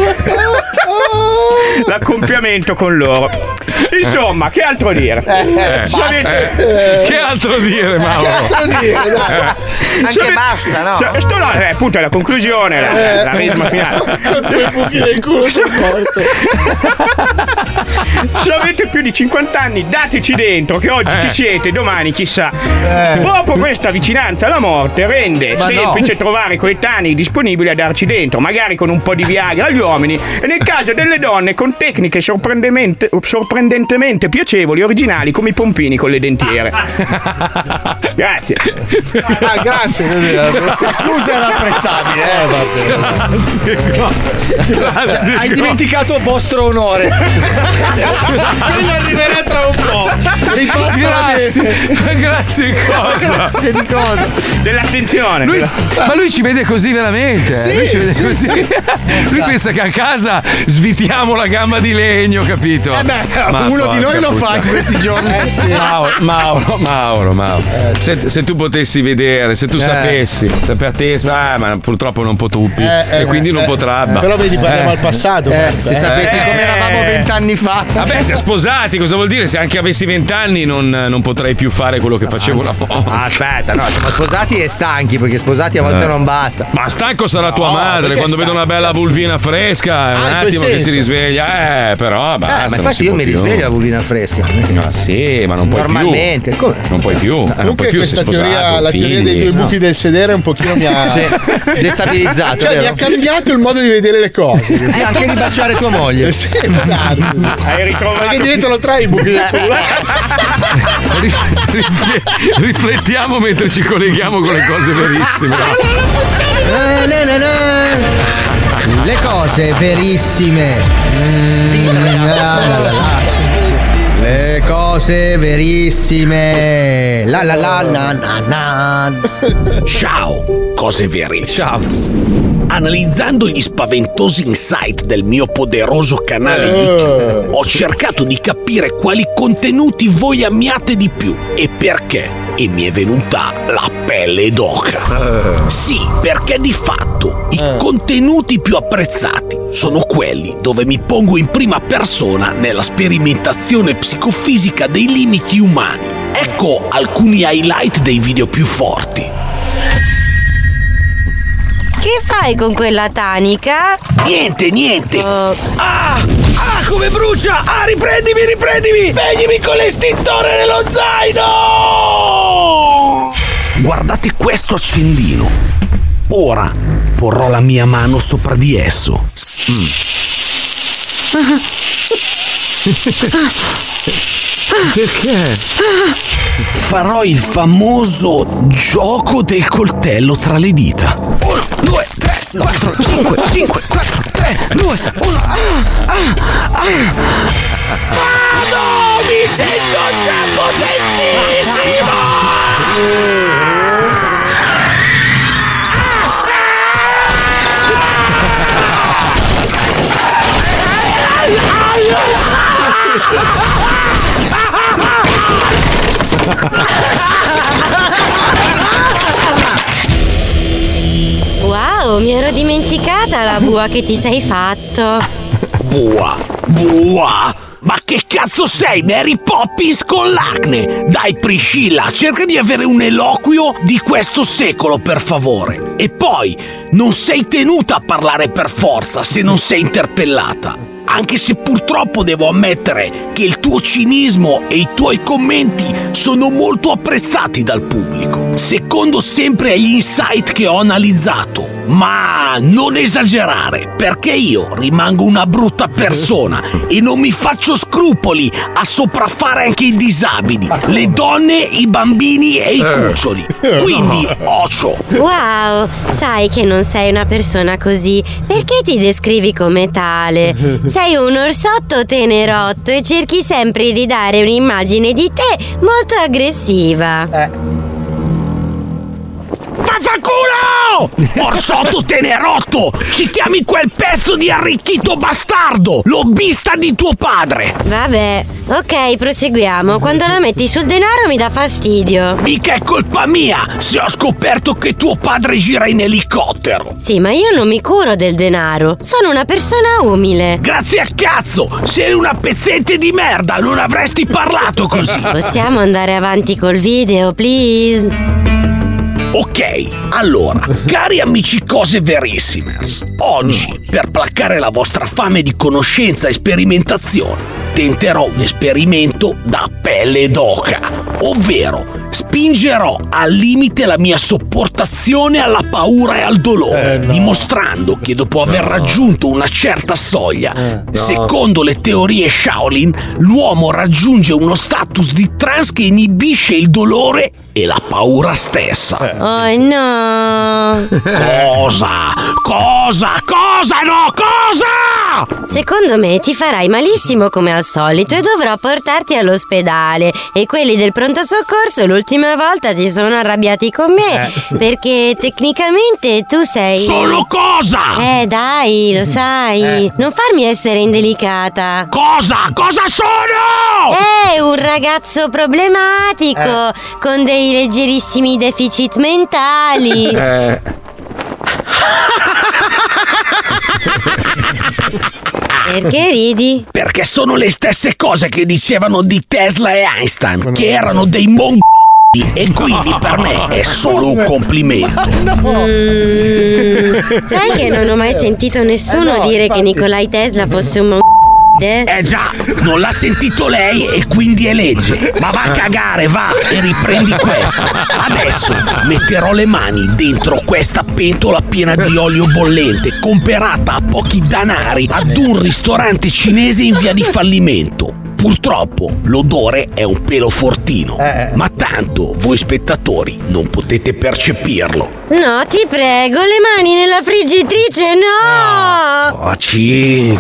l'accompiamento con loro. Insomma, che altro dire? Che altro dire, Mauro? Anche basta, no? Appunto è la conclusione, la resima finale. Con due buchi del culo sono morto. Se avete più di 50 anni, dateci dentro, che oggi ci siete, domani chissà. Proprio questa vicinanza alla morte rende semplice trovare coetanei disponibili a darci dentro, magari con un po' di Viagra agli uomini e nel caso delle donne con tecniche sorprendentemente piacevoli e originali come i pompini con le dentiere. Grazie. Grazie. L'accusa era apprezzabile, Grazie. Hai dimenticato vostro onore. Quello arriverà tra un po'. Grazie cosa? Grazie di cosa? Dell'attenzione. Ma lui ci vede così veramente. Sì, lui ci vede così. Lui pensa che a casa svitiamo la gamba di legno, capito? Ma uno di noi lo fa in questi giorni. Mauro. Se tu potessi vedere, se tu sapessi, ma purtroppo non potupi e quindi non potrà. Però vedi, parliamo al passato. Se sapessi come eravamo 20 anni fa. Vabbè, se sposati, cosa vuol dire? Se anche avessi 20 anni non potrei più fare quello che facevo una volta. Aspetta, no, siamo sposati e stanchi, perché sposati a volte non basta. Ma stanco sarà tua madre quando vede una bella vulvina fresca, un attimo che si risveglia, però basta. Ma infatti io mi risveglio la vulvina fresca. Ma sì, ma non puoi normalmente, più. Non puoi più. Comunque questa teoria, la teoria dei due buchi del sedere un pochino mi ha destabilizzato. Cioè, mi ha cambiato il modo di vedere le cose. Sì, anche di baciare tua moglie. Hai ritrovato. Perché diventano 3 i buchi del culo. Riflettiamo mentre ci colleghiamo con le cose verissime. Le cose verissime. Le cose verissime. Ciao, cose verissime. Ciao. Analizzando gli spaventosi insight del mio poderoso canale YouTube, ho cercato di capire quali contenuti voi amiate di più e perché. E mi è venuta la pelle d'oca. Sì, perché di fatto i contenuti più apprezzati sono quelli dove mi pongo in prima persona nella sperimentazione psicofisica dei limiti umani. Ecco alcuni highlight dei video più forti. Che fai con quella tanica? Niente. Come brucia! Riprendimi! Sveglimi con l'estintore nello zaino! Guardate questo accendino. Ora porrò la mia mano sopra di esso. Perché? Farò il famoso gioco del coltello tra le dita. 1, 2, 3, 4, 5, 4, 3, 2, 1. No, mi sento già potentissimo! Wow, mi ero dimenticata la bua che ti sei fatto. Bua? Ma che cazzo sei, Mary Poppins con l'acne? Dai Priscilla, cerca di avere un eloquio di questo secolo, per favore. E poi, non sei tenuta a parlare per forza se non sei interpellata. Anche se purtroppo devo ammettere che il tuo cinismo e i tuoi commenti sono molto apprezzati dal pubblico, secondo sempre agli insight che ho analizzato. Ma non esagerare, perché io rimango una brutta persona e non mi faccio scrupoli a sopraffare anche i disabili, le donne, i bambini e i cuccioli. Quindi, ocio. Wow, sai che non sei una persona così. Perché ti descrivi come tale? Sei un orsotto tenerotto e cerchi sempre di dare un'immagine di te molto aggressiva. Vaffanculo! Orsotto tenerotto! Ci chiami quel pezzo di arricchito bastardo! Lobbista di tuo padre! Vabbè, ok, proseguiamo. Quando la metti sul denaro mi dà fastidio. Mica è colpa mia se ho scoperto che tuo padre gira in elicottero! Sì, ma io non mi curo del denaro. Sono una persona umile. Grazie al cazzo! Sei una pezzente di merda! Non avresti parlato così! Possiamo andare avanti col video, please? Ok, allora, cari amici cose verissimers, oggi, per placare la vostra fame di conoscenza e sperimentazione, tenterò un esperimento da pelle d'oca, ovvero spingerò al limite la mia sopportazione alla paura e al dolore, dimostrando che dopo aver raggiunto una certa soglia, secondo le teorie Shaolin, l'uomo raggiunge uno status di trance che inibisce il dolore e la paura stessa. Oh no! Cosa? Secondo me ti farai malissimo come al solito e dovrò portarti all'ospedale. E quelli del pronto soccorso l'ultima volta si sono arrabbiati con me perché tecnicamente tu sei... Sono cosa? Dai, lo sai. Non farmi essere indelicata. Cosa sono? Un ragazzo problematico con dei leggerissimi deficit mentali. Perché ridi? Perché sono le stesse cose che dicevano di Tesla e Einstein, che erano dei e quindi per me è solo un complimento. Sai che non ho mai sentito nessuno dire che Nikolai Tesla fosse un già, non l'ha sentito lei e quindi è legge. Ma va a cagare, va, e riprendi questo. Adesso metterò le mani dentro questa pentola piena di olio bollente, comperata a pochi danari ad un ristorante cinese in via di fallimento. Purtroppo l'odore è un pelo fortino, ma tanto voi spettatori non potete percepirlo. No, ti prego, le mani nella friggitrice, no! Taci!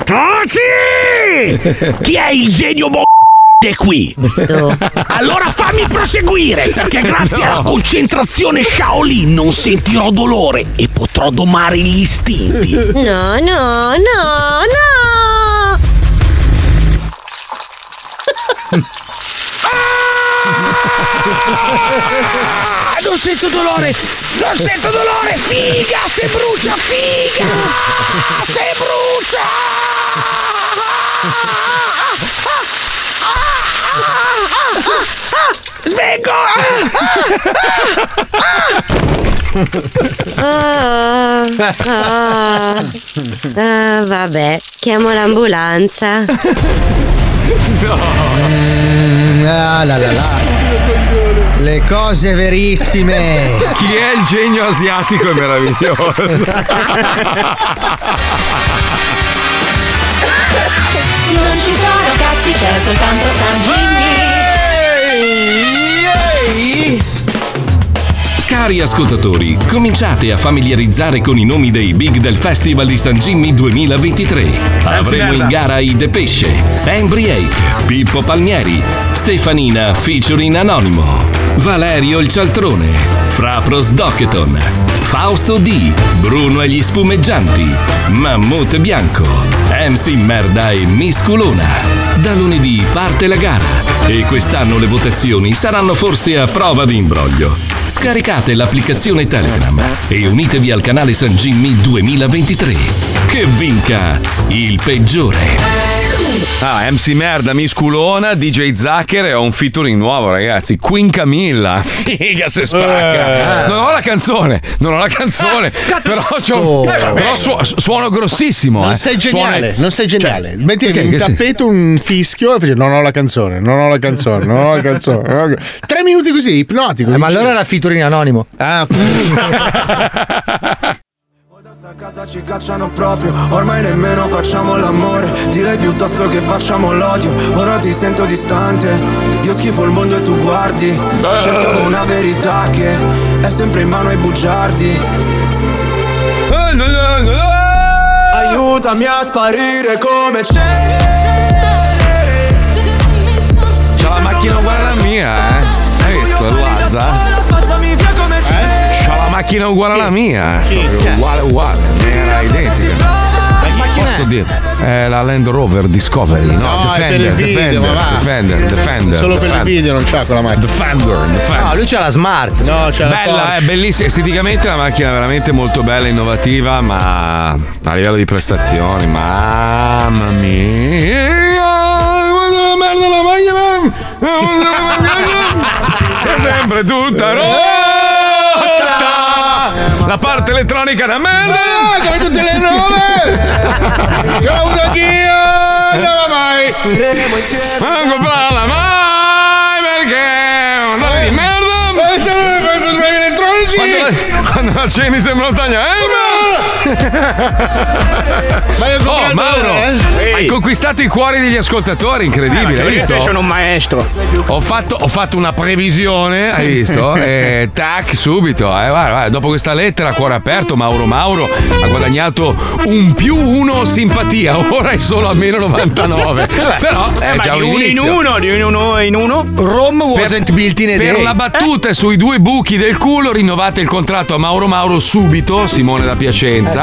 Chi è il genio qui? Tu. Allora fammi proseguire, perché grazie alla concentrazione Shaolin non sentirò dolore e potrò domare gli istinti. No! Non sento dolore! Figa! Se brucia! Svengo! Vabbè, chiamo l'ambulanza. Le cose verissime. Chi è il genio asiatico è meraviglioso. Non ci sono cazzi, c'è soltanto San Jimmy. Cari ascoltatori, cominciate a familiarizzare con i nomi dei big del Festival di San Jimmy 2023. Avremo in gara i Depeche, Embriake, Pippo Palmieri, Stefanina featuring Anonimo, Valerio il Cialtrone, Frapros Docketon, Fausto D, Bruno e gli Spumeggianti, Mammut Bianco, MC Merda e Miss Culona. Da lunedì parte la gara e quest'anno le votazioni saranno forse a prova di imbroglio. Scaricate l'applicazione Telegram e unitevi al canale San Jimmy 2023. Che vinca il peggiore. MC Merda, Miss Culona, DJ Zucker e ho un featuring nuovo, ragazzi. Queen Camilla. Figa se spacca. Non ho la canzone. Però suono grossissimo. Non sei geniale. Metti un tappeto, un fischio e non ho la canzone. 3 minuti così, ipnotico. Ma allora era featuring Anonimo. A casa ci cacciano proprio, ormai nemmeno facciamo l'amore. Direi piuttosto che facciamo l'odio. Ora ti sento distante, io schifo il mondo e tu guardi. Cercavo una verità che è sempre in mano ai bugiardi. Aiutami a sparire come c'è. C'ha la macchina uguale alla mia, hai visto Lazza? C'ha la macchina uguale alla mia. Uguale. Era identica. Posso dire? È la Land Rover Discovery. No, Defender. Solo per il video non c'ha quella macchina. Defender. No, lui c'ha la Smart. No, c'ha bella, la è bellissima. Esteticamente è una macchina veramente molto bella, innovativa, ma a livello di prestazioni, mamma mia. Merda la macchina. È sempre tutta rotta. La parte elettronica è una merda. Come tutte le nuove. Ce l'ho avuto anch'io. Non va mai. Vivremo insieme. Non comprarla mai perché andare di merda. Quando la accendi sembra un Oh Mauro, hai conquistato i cuori degli ascoltatori, incredibile, hai visto? Sono un maestro. Ho fatto una previsione, hai visto? E tac, subito. Guarda, dopo questa lettera, cuore aperto, Mauro ha guadagnato un +1 simpatia. Ora è solo a -99. Però è già un inizio. Di uno in uno. Rome wasn't built in a day. Per la battuta sui 2 buchi del culo, rinnovate il contratto a Mauro subito, Simone da Piacenza.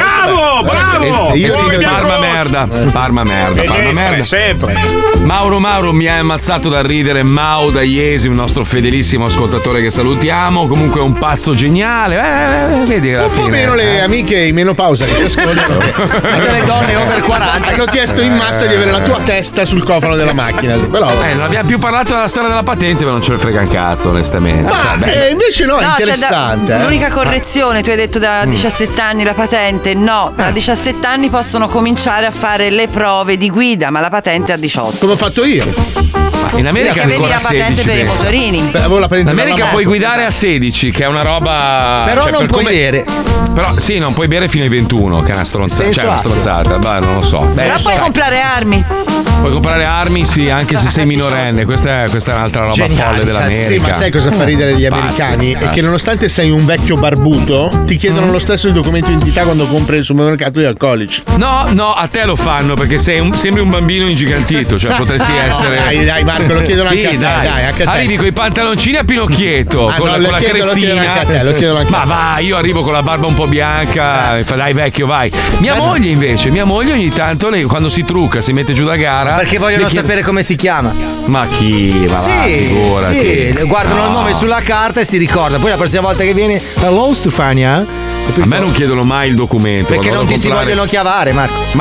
Bravo! E scrive Parma merda. Sempre. Mauro mi ha ammazzato dal ridere. Mau da Iesi, un nostro fedelissimo ascoltatore che salutiamo. Comunque è un pazzo geniale. Vedi che un po' meno le amiche in menopausa che ci ascoltano. Anche le donne over 40 hanno chiesto in massa di avere la tua testa sul cofano della macchina. Però non abbiamo più parlato della storia della patente, ma non ce ne frega un cazzo, onestamente. Invece no, è interessante. L'unica correzione, tu hai detto da 17 anni la patente, no, da 17 anni possono cominciare a fare le prove di guida, ma la patente a 18. Come ho fatto io. In America avevi la patente per i motorini. In America puoi guidare a 16, che è una roba. Però non puoi bere. Però sì, non puoi bere fino ai 21, che è una stronzata. Cioè, una strozzata. Non lo so. Però puoi comprare armi. Puoi comprare armi, sì, anche se sei minorenne. Questa è un'altra roba folle dell'America. Sì, ma sai cosa fa ridere gli americani? È che nonostante sei un vecchio barbuto, ti chiedono lo stesso il documento di identità quando compri il supermercato di alcolici. No, a te lo fanno perché sembri un bambino ingigantito. Cioè, potresti essere. Dai, Marco, lo chiedono anche a te. Dai, anche a te. Arrivi con i pantaloncini a Pinocchietto, con la crestina. Lo chiedono anche a te. Ma va, io arrivo con la barba un po' bianca. Dai, vecchio, vai. Mia moglie ogni tanto, lei quando si trucca, si mette giù da gara. Perché vogliono sapere come si chiama. Ma chi? Ma figurati. Sì, guardano il nome sulla carta e si ricorda. Poi la prossima volta che viene, hello Stefania. A me non chiedono mai il documento. Perché non ti si vogliono chiavare, Marco. Ma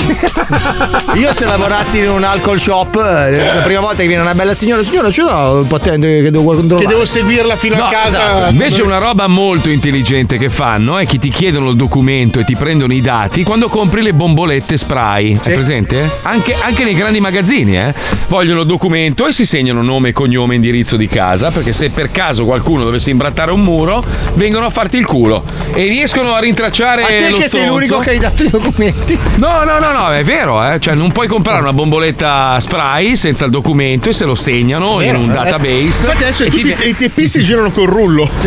che. Io se lavorassi in un alcol shop, la prima volta che viene una bella signora, ce l'ho il patente che devo controllare. Che devo seguirla fino a casa. Esatto. Invece una roba molto intelligente che fanno è che ti chiedono il documento e ti prendono i dati quando compri le bombolette spray. Sì. Hai presente? Anche nei grandi magazzini, vogliono il documento e si segnano nome, cognome, indirizzo di casa, perché se per caso qualcuno dovesse imbrattare un muro, vengono a farti il culo. E riescono a rintracciare lo stronzo. Che sei l'unico che hai dato i documenti. No, è vero, Cioè non puoi comprare una bomboletta spray senza il documento e se lo segnano in un database. Infatti adesso tutti i teppisti girano col rullo. Sì.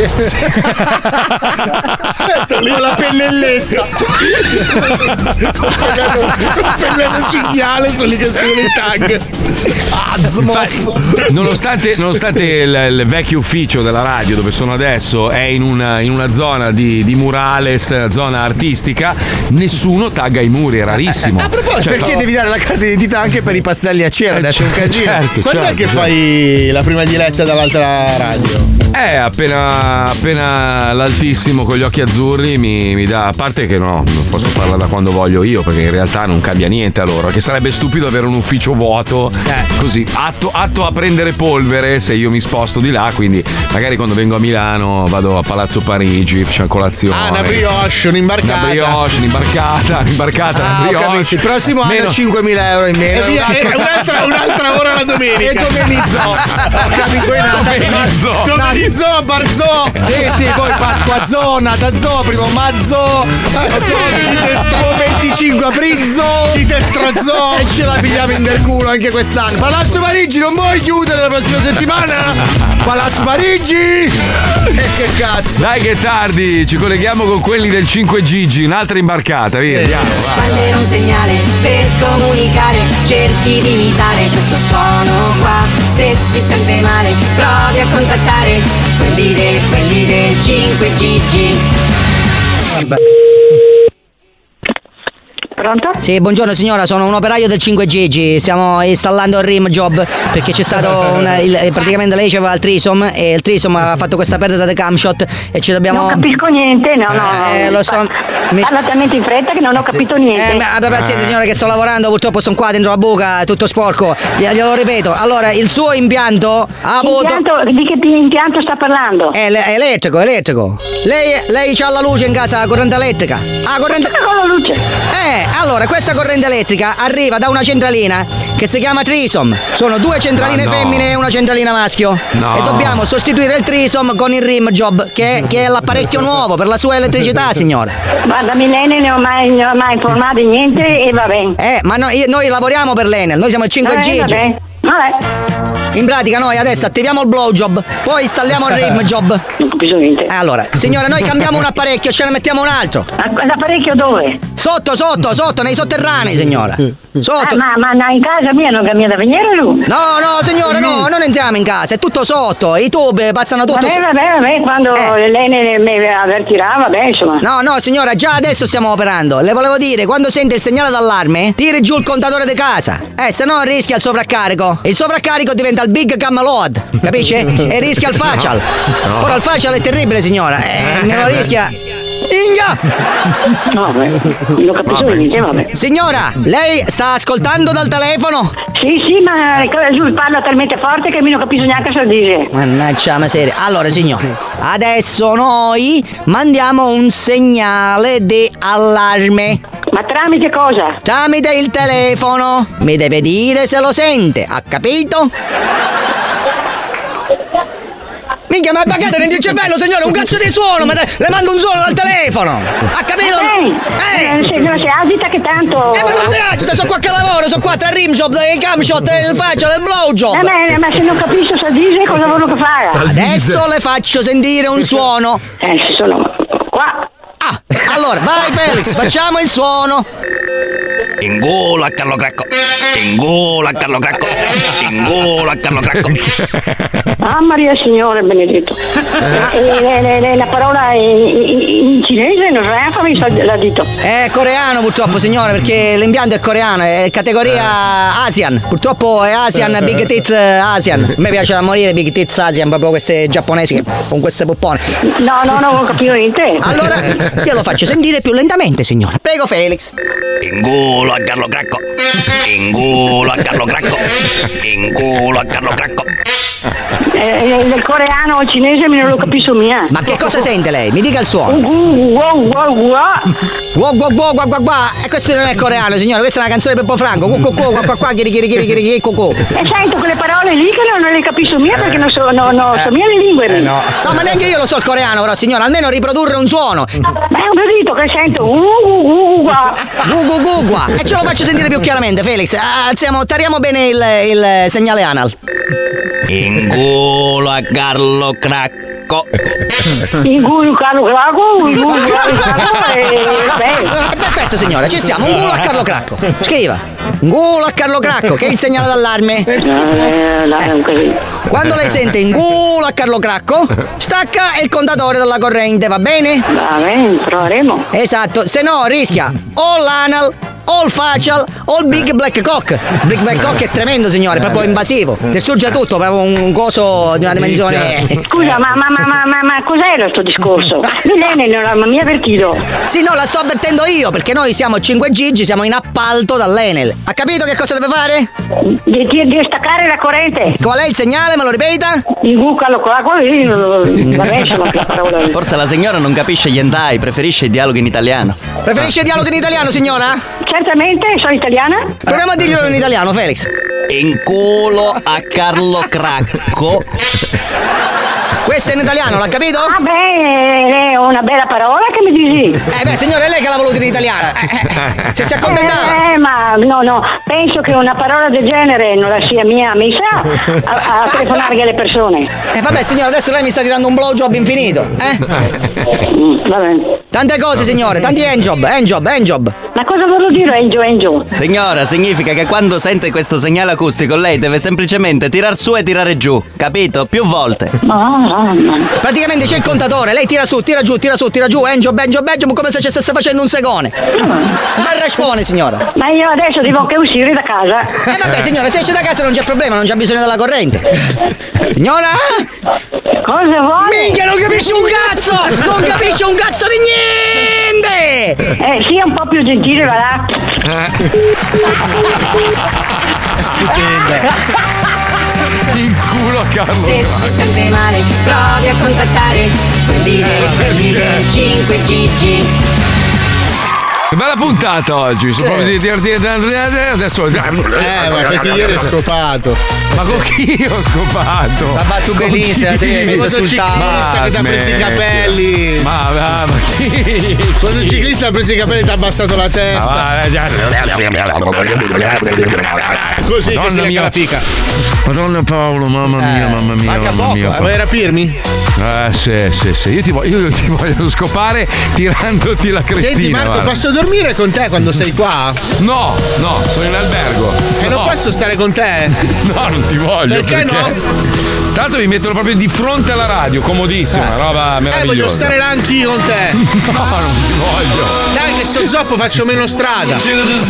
Con la pennellessa. Col pennello cinghiale sono lì che scrivono i tag. Infatti, nonostante il vecchio ufficio della radio dove sono adesso è in una zona di murales, zona artistica, nessuno tagga i muri, è rarissimo. A proposito, perché devi dare la carta d'identità anche per i pastelli a cera? Adesso è un casino. Certo, quando è che fai la prima diretta dall'altra radio? Appena l'altissimo con gli occhi azzurri mi dà. A parte che non posso farla da quando voglio io, perché in realtà non cambia niente a loro. Che sarebbe stupido avere un ufficio vuoto così atto a prendere polvere se io mi sposto di là. Quindi magari quando vengo a Milano vado a Palazzo Parigi, facciamo colazione. Una brioche, un'imbarcata. Una brioche. Il prossimo anno 5.000 euro in meno. Un'altra ora la domenica. E domenizzò. Domenizzò a Barzò. Sì, poi Pasqua Zona, da Zoo, primo Mazzo, 25 a Brizzo, di Destrazzo. E ce la pigliamo in del culo anche quest'anno. Palazzo Parigi, non vuoi chiudere la prossima settimana? Palazzo Parigi! E che cazzo? Dai che è tardi, ci colleghiamo con quelli del 5 Gigi, un'altra imbarcata, via. Quando era un segnale per comunicare, cerchi di imitare questo suono qua. Se si sente male, provi a contattare quelli del 5 Gigi. Pronto? Sì, buongiorno signora, sono un operaio del 5 Gigi, stiamo installando il rim job perché c'è stato praticamente lei c'aveva il trisom e il trisom ha fatto questa perdita di camshot e ci dobbiamo. Non capisco niente, no. Lo so. Parla talmente in fretta che non ho capito niente. Vabbè, pazienza signora che sto lavorando, purtroppo sono qua dentro la buca, tutto sporco. Glielo ripeto. Allora, il suo impianto ha avuto. Di che impianto sta parlando? È elettrico. Lei c'ha la luce in casa, la corrente elettrica. Con la luce? Allora, questa corrente elettrica arriva da una centralina che si chiama Trisom. Sono 2 centraline femmine e una centralina maschio. No. E dobbiamo sostituire il Trisom con il Rim Job, che è l'apparecchio nuovo per la sua elettricità, signora. Guarda, Milene ne ho mai informato niente e va bene. Ma noi lavoriamo per l'Enel, noi siamo il 5G. Vabbè. In pratica noi adesso attiviamo il blow job, poi installiamo il rim job. Non capisco niente. Allora, signora, noi cambiamo un apparecchio e ce ne mettiamo un altro. L'apparecchio dove? Sotto, nei sotterranei, signora. Sotto. Ma in casa mia non cambia da venire giù? No, signora, no, non entriamo in casa, è tutto sotto, i tubi passano tutto. Vabbè, quando lei mi avvertirà, vabbè, insomma. No, signora, già adesso stiamo operando. Le volevo dire, quando sente il segnale d'allarme, tiri giù il contatore di casa. Se no rischia il sovraccarico. Il sovraccarico diventa il big cam load, capisce? E rischia il facial. Ora il facial è terribile, signora. Me lo rischia. Inga! No, non capisco niente, vabbè. Signora, lei sta ascoltando dal telefono? Sì, ma lui parla talmente forte che non capisco neanche cosa dice. Mannaggia miseria. Allora, signore, adesso noi mandiamo un segnale di allarme. Ma tramite cosa? Tramite il telefono. Mi deve dire se lo sente, ha capito? Minchia, ma è buggato dentro il cervello, signore, un cazzo di suono, ma le mando un suono dal telefono! Ha capito? Si agita che tanto. Ma non si agita, sono qua che lavoro, sono qua tra il rimshot, il camshot, il facial, il blowjob! Ma se non capisco cosa dice, cosa voglio che fare? Adesso le faccio sentire un suono. Ci sono qua. Allora, vai Felix, facciamo il suono. In gola a Carlo Cracco. In gola a Carlo Cracco. In gola a Carlo Cracco. Ah, Maria Signore benedetto. La parola in cinese non fammi l'ha detto. È coreano purtroppo, signore, perché l'impianto è coreano, è categoria Asian. Purtroppo è Asian, Big Tits Asian. A me piace da morire Big Tits Asian, proprio queste giapponesi con queste poppone. No, non capivo niente. Allora, io lo faccio sentire più lentamente, signora. Prego, Felix. In gola a Carlo Cracco. In gola a Carlo Cracco. In gola a Carlo Cracco. Il coreano o il cinese non lo capisco mia. Ma che cosa sente lei? Mi dica il suono. E questo non è coreano, signore, questa è una canzone di Peppo Franco. E sento quelle parole lì che non le capisco mia perché non so mia le lingue. No, ma neanche io lo so il coreano, però, signora, almeno riprodurre un suono. Ma è un dito che sento. E ce lo faccio sentire più chiaramente, Felix. Tariamo bene il segnale anal. In gola a Carlo Cracco. In culo Carlo Cracco. In culo Carlo Cracco. Perfetto, signora, ci siamo. Un culo a Carlo Cracco. Scriva. Un culo a Carlo Cracco, che è il segnale d'allarme. Quando lei sente in culo a Carlo Cracco, stacca il contatore della corrente, va bene? Va bene, proveremo. Esatto, se no rischia o l'anal o il facial o il big black cock. Il big black cock è tremendo, signore, proprio invasivo. Distrugge tutto, proprio un coso di una dimensione. Scusa, ma cos'era sto discorso? Milene non mi ha avvertito. Sì, no, la sto avvertendo io, perché noi siamo 5G, siamo in appalto dall'Enel. Ha capito che cosa deve fare? Di staccare la corrente. Qual è il segnale? Me lo ripeta? Forse la signora non capisce gli hentai, preferisce i dialoghi in italiano. Preferisce i dialoghi in italiano, signora? Certamente, sono italiana. Proviamo a dirglielo in italiano, Felix. In culo a Carlo Cracco. Questo è in italiano, l'ha capito? Ah beh, è una bella parola che mi dici. Signore, è lei che l'ha voluto in italiano. Se si accontentava. Ma no, penso che una parola del genere non la sia mia messa a telefonare alle persone. Vabbè, signore, adesso lei mi sta tirando un blowjob infinito, Va bene. Tante cose, signore, tanti handjob. Ma cosa voglio dire angio? Signora, significa che quando sente questo segnale acustico lei deve semplicemente tirar su e tirare giù, capito? Più volte. Praticamente c'è il contatore, lei tira su, tira giù, handjob, come se ci stesse facendo un segone. Un bel raspone, signora. Ma io adesso devo anche uscire da casa. Vabbè, signora, se esce da casa non c'è problema, non c'è bisogno della corrente. Signora? Cosa vuoi? Minchia, non capisci un cazzo! Non capisci un cazzo di niente! Sia un po' più gentile, va là. Stupenda. In culo a Carlo. Se si sente male, provi a contattare quelli del 5GG. Bella puntata oggi. Adesso. Ma perché ieri ho scopato. Ma con chi ho scopato? La Battubellina, te hai messo sul ciclista che ti ha preso i capelli. Ma chi? Quando il ciclista ha preso i capelli ti ha abbassato la testa. Così che si lecca la fica. Madonna Paolo, mamma mia. Mamma mia. Vuoi rapirmi? Sì. Io ti voglio scopare tirandoti la crestina. Senti Marco, guarda. posso dormire con te quando sei qua? No, sono in albergo. E non posso stare con te? No, non ti voglio. Perché no? Tanto mi mettono proprio di fronte alla radio, comodissima, roba meravigliosa. Voglio stare là anch'io con te. No, non ti voglio. Dai che sto zoppo, faccio meno strada.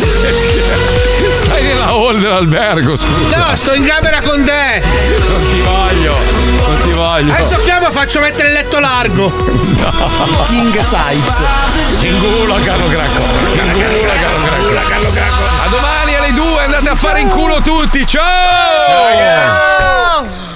Stai nella hall dell'albergo, scusa. No, sto in camera con te. Non ti voglio. Adesso chiamo, faccio mettere il letto largo. No. King size. Cingulo a Carlo Gracco. A domani alle 2, andate a fare in culo tutti. Ciao!